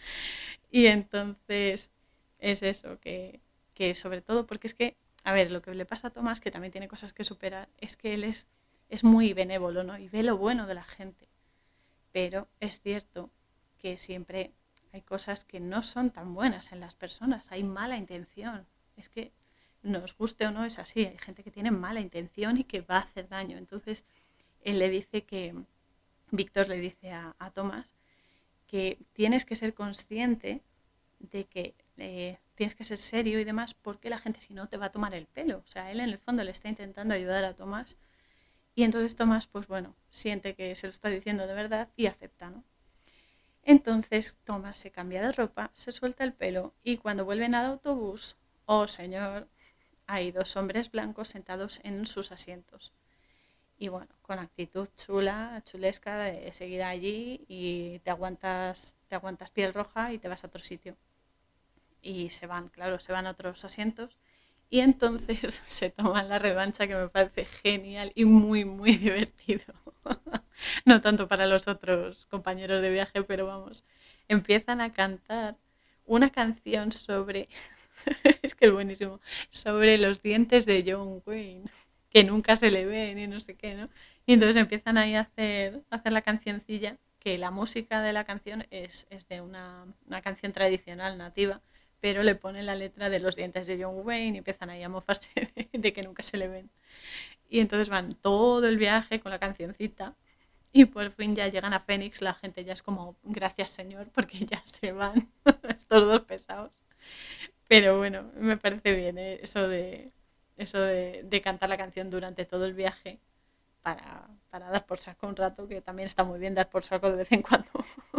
Y entonces es eso, que, que sobre todo, porque es que, a ver, lo que le pasa a Tomás, que también tiene cosas que superar, es que él es, es muy benévolo, ¿no? Y ve lo bueno de la gente. Pero es cierto que siempre hay cosas que no son tan buenas en las personas, hay mala intención. Es que nos guste o no es así, hay gente que tiene mala intención y que va a hacer daño. Entonces, él le dice que, Víctor le dice a, a Tomás que tienes que ser consciente de que eh, tienes que ser serio y demás, porque la gente si no te va a tomar el pelo. O sea, él en el fondo le está intentando ayudar a Tomás y entonces Tomás, pues bueno, siente que se lo está diciendo de verdad y acepta, ¿no? Entonces Tomás se cambia de ropa, se suelta el pelo y cuando vuelven al autobús, oh señor, hay dos hombres blancos sentados en sus asientos. Y bueno, con actitud chula, chulesca de seguir allí y te aguantas, te aguantas piel roja y te vas a otro sitio. Y se van, claro, se van a otros asientos y entonces se toman la revancha, que me parece genial y muy, muy divertido. No tanto para los otros compañeros de viaje, pero vamos, empiezan a cantar una canción sobre, es que es buenísimo, sobre los dientes de John Wayne, que nunca se le ven y no sé qué, ¿no? Y entonces empiezan ahí a hacer, a hacer la cancioncilla, que la música de la canción es, es de una, una canción tradicional nativa, pero le ponen la letra de los dientes de John Wayne y empiezan ahí a mofarse de, de que nunca se le ven. Y entonces van todo el viaje con la cancioncita y por fin ya llegan a Phoenix, la gente ya es como, gracias señor, porque ya se van estos dos pesados. Pero bueno, me parece bien, ¿eh? Eso de eso de, de cantar la canción durante todo el viaje para, para dar por saco un rato, que también está muy bien dar por saco de vez en cuando.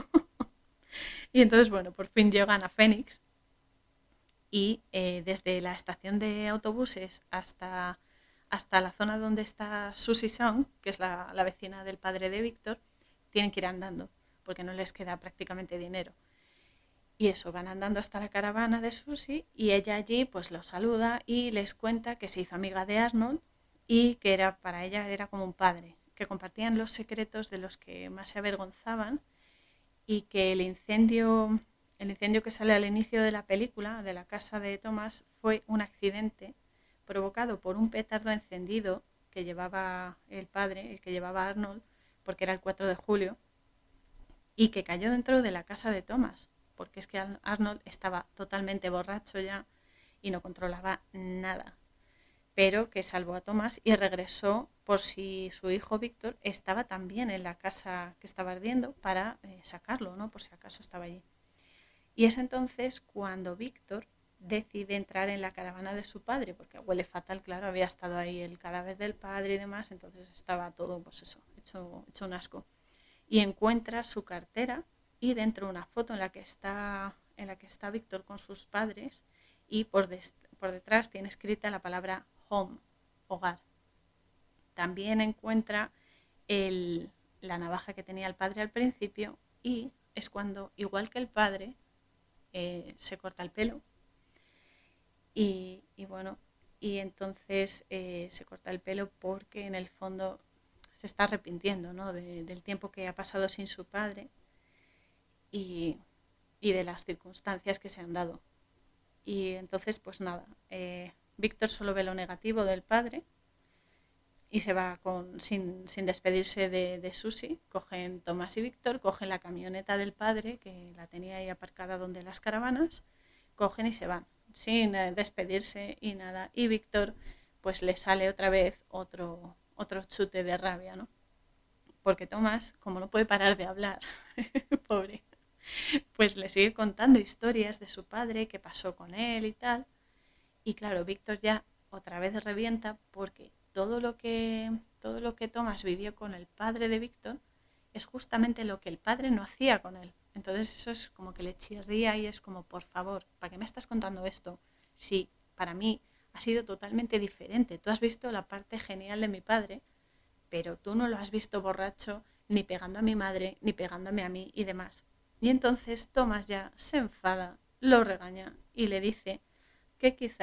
Y entonces, bueno, por fin llegan a Phoenix y eh, desde la estación de autobuses hasta, hasta la zona donde está Susie Song, que es la, la vecina del padre de Víctor, tienen que ir andando porque no les queda prácticamente dinero. Y eso, van andando hasta la caravana de Susie y ella allí pues los saluda y les cuenta que se hizo amiga de Arnold y que era, para ella era como un padre, que compartían los secretos de los que más se avergonzaban y que el incendio, el incendio que sale al inicio de la película, de la casa de Thomas, fue un accidente provocado por un petardo encendido que llevaba el padre, el que llevaba Arnold, porque era el cuatro de julio, y que cayó dentro de la casa de Thomas, porque es que Arnold estaba totalmente borracho ya y no controlaba nada, pero que salvó a Thomas y regresó por si su hijo Víctor estaba también en la casa que estaba ardiendo para eh, sacarlo, ¿no? Por si acaso estaba allí. Y es entonces cuando Víctor decide entrar en la caravana de su padre, porque huele fatal, claro, había estado ahí el cadáver del padre y demás, entonces estaba todo, pues eso, hecho, hecho un asco. Y encuentra su cartera y dentro una foto en la que está, en la que está Víctor con sus padres y por, des, por detrás tiene escrita la palabra home, hogar. También encuentra el, la navaja que tenía el padre al principio y es cuando, igual que el padre, eh, se corta el pelo y, y bueno, y entonces eh, se corta el pelo porque en el fondo se está arrepintiendo, ¿no? de, del tiempo que ha pasado sin su padre y, y de las circunstancias que se han dado. Y entonces, pues nada, eh, Víctor solo ve lo negativo del padre y se va con, sin, sin despedirse de, de Susie. Cogen Tomás y Víctor, cogen la camioneta del padre, que la tenía ahí aparcada donde las caravanas, cogen y se van, sin eh, despedirse y nada. Y Víctor, pues le sale otra vez otro, otro chute de rabia, ¿no? Porque Tomás, como no puede parar de hablar, pobre, pues le sigue contando historias de su padre, qué pasó con él y tal. Y claro, Víctor ya otra vez revienta porque todo lo que, todo lo que Tomás vivió con el padre de Víctor es justamente lo que el padre no hacía con él. Entonces eso es como que le chirría y es como, por favor, ¿para qué me estás contando esto? Si para mí ha sido totalmente diferente. Tú has visto la parte genial de mi padre, pero tú no lo has visto borracho, ni pegando a mi madre, ni pegándome a mí y demás. Y entonces Tomás ya se enfada, lo regaña y le dice que quizás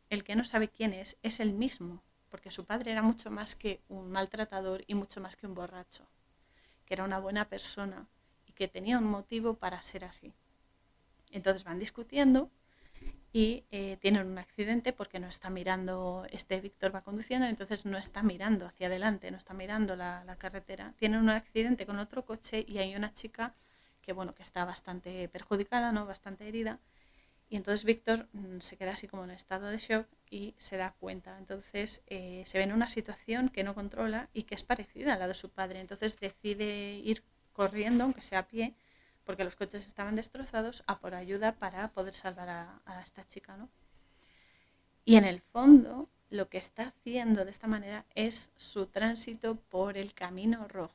el que no sabe quién es es el mismo, porque su padre era mucho más que un maltratador y mucho más que un borracho, que era una buena persona y que tenía un motivo para ser así. Entonces van discutiendo y eh, tienen un accidente porque no está mirando, este Víctor va conduciendo, entonces no está mirando hacia adelante, no está mirando la, la carretera. Tienen un accidente con otro coche y hay una chica que, bueno, que está bastante perjudicada, ¿no? Bastante herida. Y entonces Víctor mmm, se queda así como en estado de shock y se da cuenta. Entonces eh, se ve en una situación que no controla y que es parecida a la de su padre. Entonces decide ir corriendo, aunque sea a pie, porque los coches estaban destrozados, a por ayuda para poder salvar a, a esta chica, ¿no? Y en el fondo lo que está haciendo de esta manera es su tránsito por el camino rojo.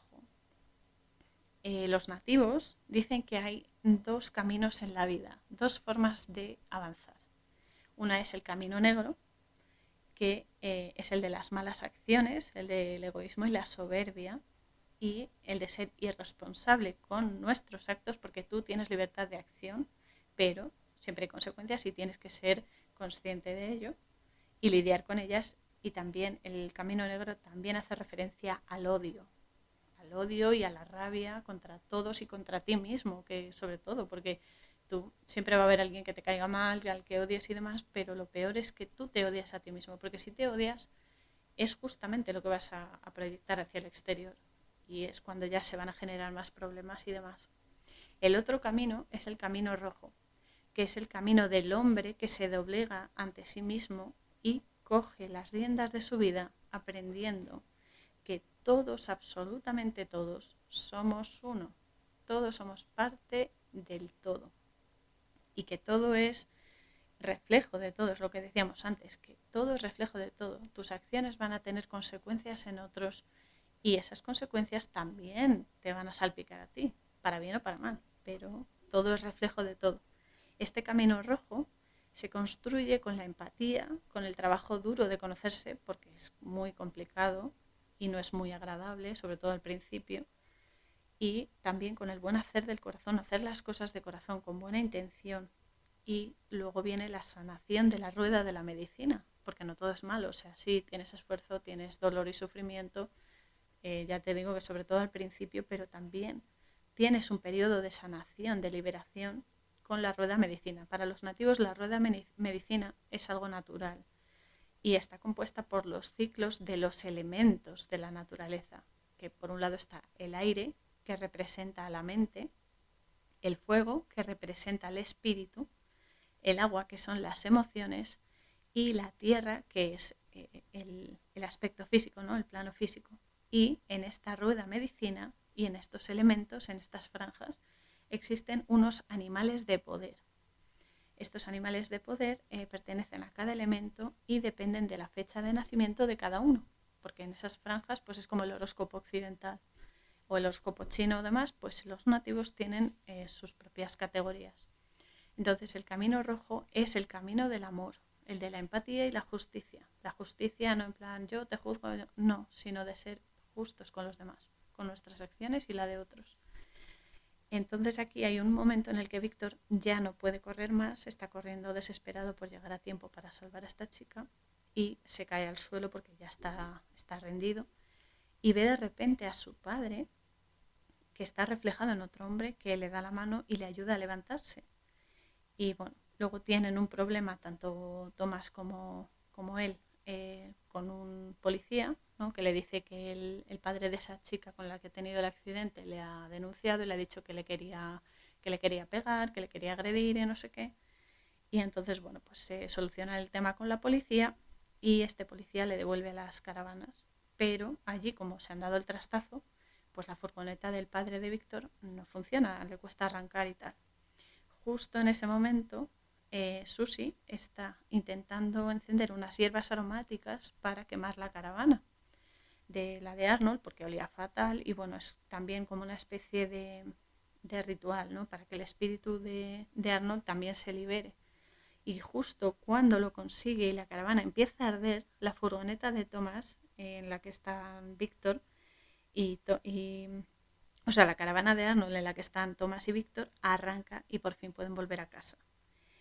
Eh, los nativos dicen que hay dos caminos en la vida, dos formas de avanzar. Una es el camino negro, que eh, es el de las malas acciones, el del egoísmo y la soberbia, y el de ser irresponsable con nuestros actos, porque tú tienes libertad de acción, pero siempre hay consecuencias y tienes que ser consciente de ello y lidiar con ellas. Y también el camino negro también hace referencia al odio, al odio y a la rabia contra todos y contra ti mismo, que sobre todo, porque tú siempre va a haber alguien que te caiga mal, al que odies y demás, pero lo peor es que tú te odias a ti mismo, porque si te odias es justamente lo que vas a, a proyectar hacia el exterior y es cuando ya se van a generar más problemas y demás. El otro camino es el camino rojo, que es el camino del hombre que se doblega ante sí mismo y coge las riendas de su vida aprendiendo que todos, absolutamente todos, somos uno. Todos somos parte del todo. Y que todo es reflejo de todo, es lo que decíamos antes, que todo es reflejo de todo. Tus acciones van a tener consecuencias en otros y esas consecuencias también te van a salpicar a ti, para bien o para mal, pero todo es reflejo de todo. Este camino rojo se construye con la empatía, con el trabajo duro de conocerse, porque es muy complicado y no es muy agradable, sobre todo al principio, y también con el buen hacer del corazón, hacer las cosas de corazón con buena intención. Y luego viene la sanación de la rueda de la medicina, porque no todo es malo, o sea, sí, tienes esfuerzo, tienes dolor y sufrimiento, eh, ya te digo que sobre todo al principio, pero también tienes un periodo de sanación, de liberación con la rueda medicina. Para los nativos la rueda medicina es algo natural y está compuesta por los ciclos de los elementos de la naturaleza, que por un lado está el aire, que representa a la mente, el fuego, que representa al espíritu, el agua, que son las emociones, y la tierra, que es eh, el, el aspecto físico, ¿no? El plano físico. Y en esta rueda medicina y en estos elementos, en estas franjas, existen unos animales de poder. Estos animales de poder eh, pertenecen a cada elemento y dependen de la fecha de nacimiento de cada uno, porque en esas franjas pues es como el horóscopo occidental o el horóscopo chino o demás, pues los nativos tienen eh, sus propias categorías. Entonces el camino rojo es el camino del amor, el de la empatía y la justicia. La justicia no en plan yo te juzgo, no, sino de ser justos con los demás, con nuestras acciones y la de otros. Entonces aquí hay un momento en el que Víctor ya no puede correr más, está corriendo desesperado por llegar a tiempo para salvar a esta chica y se cae al suelo porque ya está, está rendido y ve de repente a su padre que está reflejado en otro hombre que le da la mano y le ayuda a levantarse. Y bueno, luego tienen un problema tanto Tomás como, como él eh, con un policía, ¿no? Que le dice que el, el padre de esa chica con la que ha tenido el accidente le ha denunciado y le ha dicho que le quería, que le quería pegar, que le quería agredir y no sé qué. Y entonces, bueno, pues se soluciona el tema con la policía y este policía le devuelve las caravanas. Pero allí, como se han dado el trastazo, pues la furgoneta del padre de Víctor no funciona, le cuesta arrancar y tal. Justo en ese momento, eh, Susi está intentando encender unas hierbas aromáticas para quemar la caravana de la de Arnold, porque olía fatal y bueno, es también como una especie de, de ritual, ¿no? Para que el espíritu de, de Arnold también se libere. Y justo cuando lo consigue y la caravana empieza a arder, la furgoneta de Tomás, eh, en la que está Víctor, y, y o sea, la caravana de Arnold en la que están Tomás y Víctor arranca y por fin pueden volver a casa.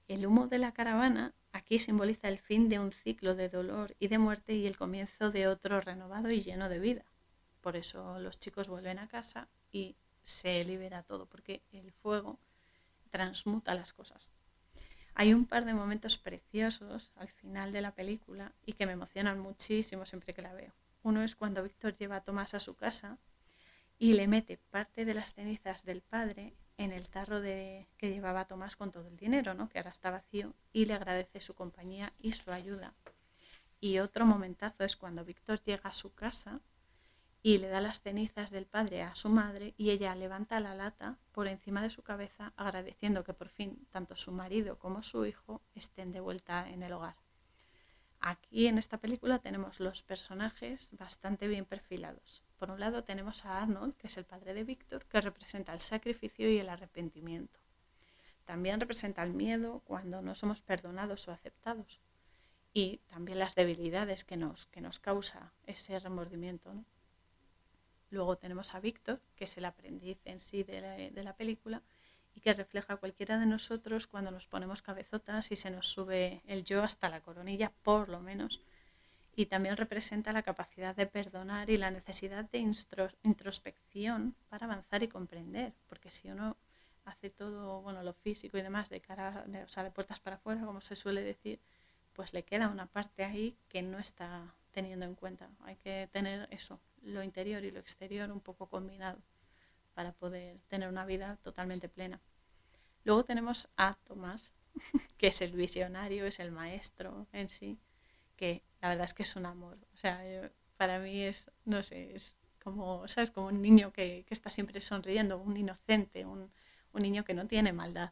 El humo de la caravana aquí simboliza el fin de un ciclo de dolor y de muerte y el comienzo de otro renovado y lleno de vida. Por eso los chicos vuelven a casa y se libera todo, porque el fuego transmuta las cosas. Hay un par de momentos preciosos al final de la película y que me emocionan muchísimo siempre que la veo. Uno es cuando Víctor lleva a Tomás a su casa y le mete parte de las cenizas del padre en el tarro de, que llevaba Tomás con todo el dinero, ¿no? Que ahora está vacío, y le agradece su compañía y su ayuda. Y otro momentazo es cuando Víctor llega a su casa y le da las cenizas del padre a su madre y ella levanta la lata por encima de su cabeza agradeciendo que por fin tanto su marido como su hijo estén de vuelta en el hogar. Aquí en esta película tenemos los personajes bastante bien perfilados. Por un lado tenemos a Arnold, que es el padre de Víctor, que representa el sacrificio y el arrepentimiento. También representa el miedo cuando no somos perdonados o aceptados. Y también las debilidades que nos, que nos causa ese remordimiento, ¿no? Luego tenemos a Víctor, que es el aprendiz en sí de la, de la película y que refleja a cualquiera de nosotros cuando nos ponemos cabezotas y se nos sube el yo hasta la coronilla, por lo menos. Y también representa la capacidad de perdonar y la necesidad de introspección para avanzar y comprender, porque si uno hace todo, bueno, lo físico y demás de cara, de, o sea, de puertas para afuera, como se suele decir, pues le queda una parte ahí que no está teniendo en cuenta. Hay que tener eso, lo interior y lo exterior un poco combinado para poder tener una vida totalmente plena. Luego tenemos a Tomás, que es el visionario, es el maestro en sí, que la verdad es que es un amor. O sea, yo, para mí es, no sé, es como, ¿sabes? Como un niño que, que está siempre sonriendo, un inocente, un, un niño que no tiene maldad.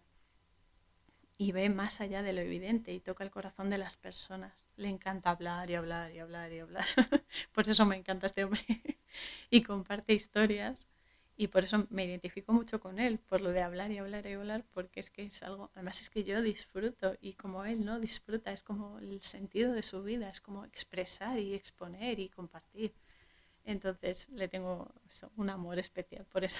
Y ve más allá de lo evidente y toca el corazón de las personas. Le encanta hablar y hablar y hablar y hablar. Por eso me encanta este hombre. Y comparte historias. Y por eso me identifico mucho con él, por lo de hablar y hablar y hablar, porque es que es algo, además es que yo disfruto y como él no disfruta, es como el sentido de su vida, es como expresar y exponer y compartir. Entonces le tengo eso, un amor especial por eso.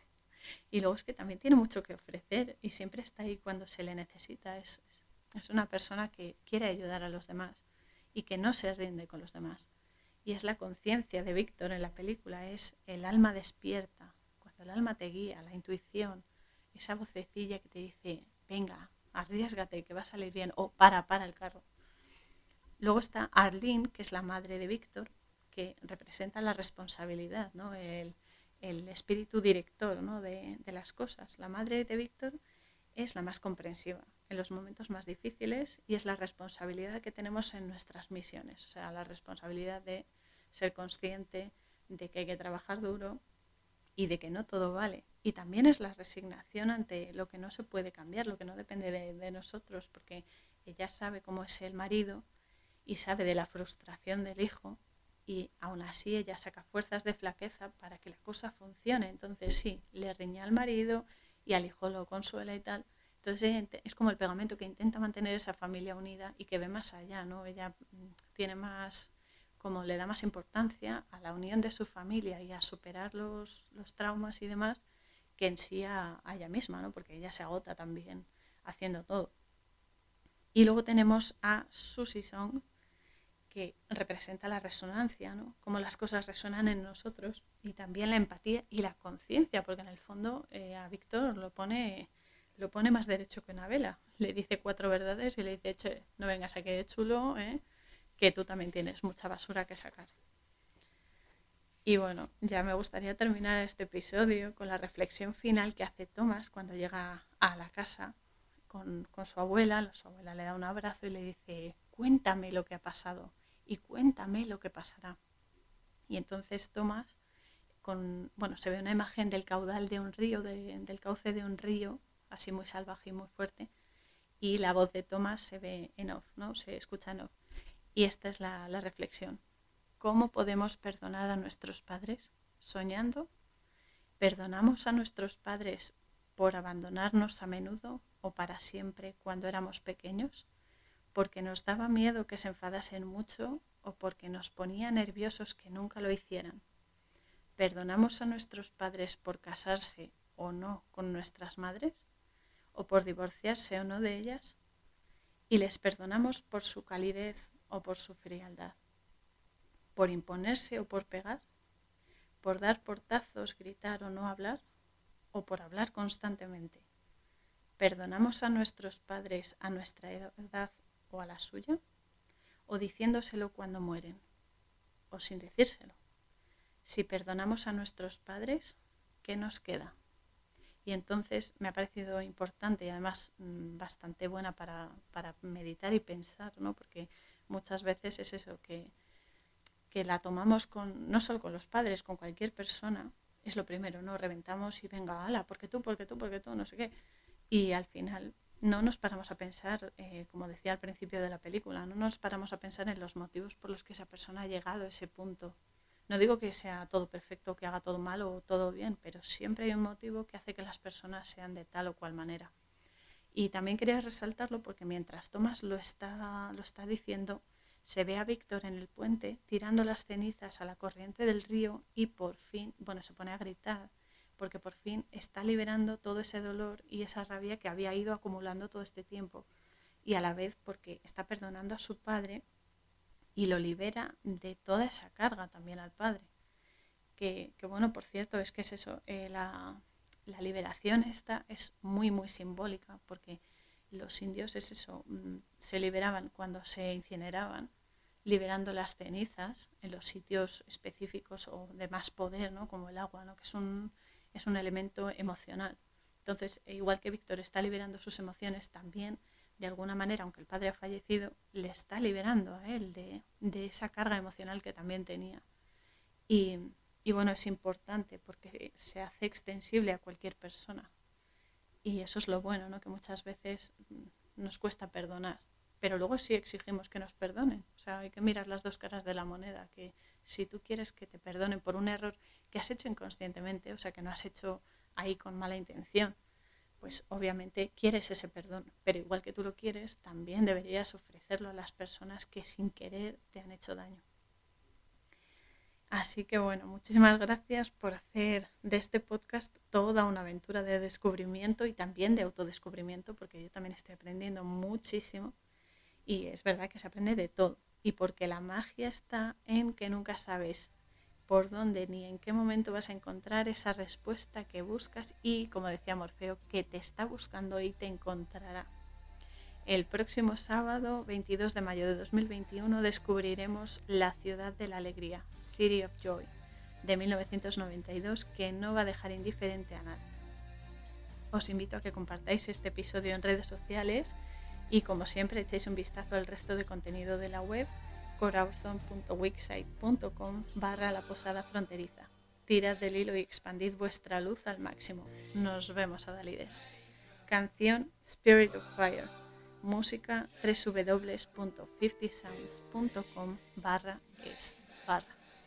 Y luego es que también tiene mucho que ofrecer y siempre está ahí cuando se le necesita. Es, es, es una persona que quiere ayudar a los demás y que no se rinde con los demás. Y es la conciencia de Víctor en la película, es el alma despierta. Cuando el alma te guía, la intuición, esa vocecilla que te dice, venga, arriésgate, que va a salir bien, o para, para el carro. Luego está Arlene, que es la madre de Víctor, que representa la responsabilidad, ¿no? El, el espíritu director, ¿no? de, de las cosas. La madre de Víctor es la más comprensiva en los momentos más difíciles y es la responsabilidad que tenemos en nuestras misiones, o sea, la responsabilidad de ser consciente de que hay que trabajar duro y de que no todo vale. Y también es la resignación ante lo que no se puede cambiar, lo que no depende de, de nosotros, porque ella sabe cómo es el marido y sabe de la frustración del hijo y aún así ella saca fuerzas de flaqueza para que la cosa funcione. Entonces sí, le riña al marido y al hijo lo consuela y tal. Entonces es como el pegamento que intenta mantener esa familia unida y que ve más allá, ¿no? Ella tiene más, como le da más importancia a la unión de su familia y a superar los, los traumas y demás que en sí a, a ella misma, ¿no? Porque ella se agota también haciendo todo. Y luego tenemos a Susie Song, que representa la resonancia, ¿no? Cómo las cosas resuenan en nosotros y también la empatía y la conciencia, porque en el fondo eh, a Víctor lo pone, lo pone más derecho que una vela. Le dice cuatro verdades y le dice, che, no vengas aquí de chulo, ¿eh? Que tú también tienes mucha basura que sacar. Y bueno, ya me gustaría terminar este episodio con la reflexión final que hace Tomás cuando llega a la casa con, con su abuela. Su abuela le da un abrazo y le dice, cuéntame lo que ha pasado y cuéntame lo que pasará. Y entonces Tomás, con, bueno, se ve una imagen del caudal de un río, de, del cauce de un río, así muy salvaje y muy fuerte, y la voz de Tomás se ve en off, ¿no? Se escucha en off. Y esta es la, la reflexión. ¿Cómo podemos perdonar a nuestros padres? ¿Soñando? ¿Perdonamos a nuestros padres por abandonarnos a menudo o para siempre cuando éramos pequeños? ¿Porque nos daba miedo que se enfadasen mucho o porque nos ponía nerviosos que nunca lo hicieran? ¿Perdonamos a nuestros padres por casarse o no con nuestras madres? ¿O por divorciarse o no de ellas? y les perdonamos por su calidez o por su frialdad, por imponerse o por pegar, por dar portazos, gritar o no hablar, o por hablar constantemente. ¿Perdonamos a nuestros padres a nuestra edad o a la suya? ¿O diciéndoselo cuando mueren? ¿O sin decírselo? Si perdonamos a nuestros padres, ¿qué nos queda? Y entonces me ha parecido importante y además mmm, bastante buena para, para meditar y pensar, ¿no? Porque muchas veces es eso, que, que la tomamos con, no solo con los padres, con cualquier persona, es lo primero, ¿no? Reventamos y venga, ala, porque tú, porque tú, porque tú, no sé qué. Y al final no nos paramos a pensar, eh, como decía al principio de la película, no nos paramos a pensar en los motivos por los que esa persona ha llegado a ese punto. No digo que sea todo perfecto, que haga todo mal o todo bien, pero siempre hay un motivo que hace que las personas sean de tal o cual manera. Y también quería resaltarlo porque mientras Tomás lo está, lo está diciendo, se ve a Víctor en el puente tirando las cenizas a la corriente del río y por fin, bueno, se pone a gritar porque por fin está liberando todo ese dolor y esa rabia que había ido acumulando todo este tiempo. Y a la vez porque está perdonando a su padre y lo libera de toda esa carga también al padre. Que, que bueno, por cierto, es que es eso, eh, la, la liberación esta es muy, muy simbólica, porque los indios es eso, mmm, se liberaban cuando se incineraban, liberando las cenizas en los sitios específicos o de más poder, ¿no? Como el agua, ¿no? Que es un, es un elemento emocional. Entonces, igual que Víctor está liberando sus emociones, también de alguna manera, aunque el padre ha fallecido, le está liberando a él de, de esa carga emocional que también tenía. Y, y bueno, es importante porque se hace extensible a cualquier persona. Y eso es lo bueno, ¿no? Que muchas veces nos cuesta perdonar, pero luego sí exigimos que nos perdonen. O sea, hay que mirar las dos caras de la moneda, que si tú quieres que te perdonen por un error que has hecho inconscientemente, o sea, que no has hecho ahí con mala intención, pues obviamente quieres ese perdón, pero igual que tú lo quieres, también deberías ofrecerlo a las personas que sin querer te han hecho daño. Así que bueno, muchísimas gracias por hacer de este podcast toda una aventura de descubrimiento y también de autodescubrimiento, porque yo también estoy aprendiendo muchísimo y es verdad que se aprende de todo. Y porque la magia está en que nunca sabes por dónde ni en qué momento vas a encontrar esa respuesta que buscas y, como decía Morfeo, que te está buscando y te encontrará. El próximo sábado, veintidós de mayo de dos mil veintiuno, descubriremos La ciudad de la alegría, City of Joy, de mil novecientos noventa y dos, que no va a dejar indiferente a nadie. Os invito a que compartáis este episodio en redes sociales y, como siempre, echéis un vistazo al resto de contenido de la web coraurzon.wixsite.com barra la posada fronteriza. Tirad del hilo y expandid vuestra luz al máximo. Nos vemos, adalides. Canción Spirit of Fire. Música doble u doble u doble u punto cincuenta sounds punto com barra es barra.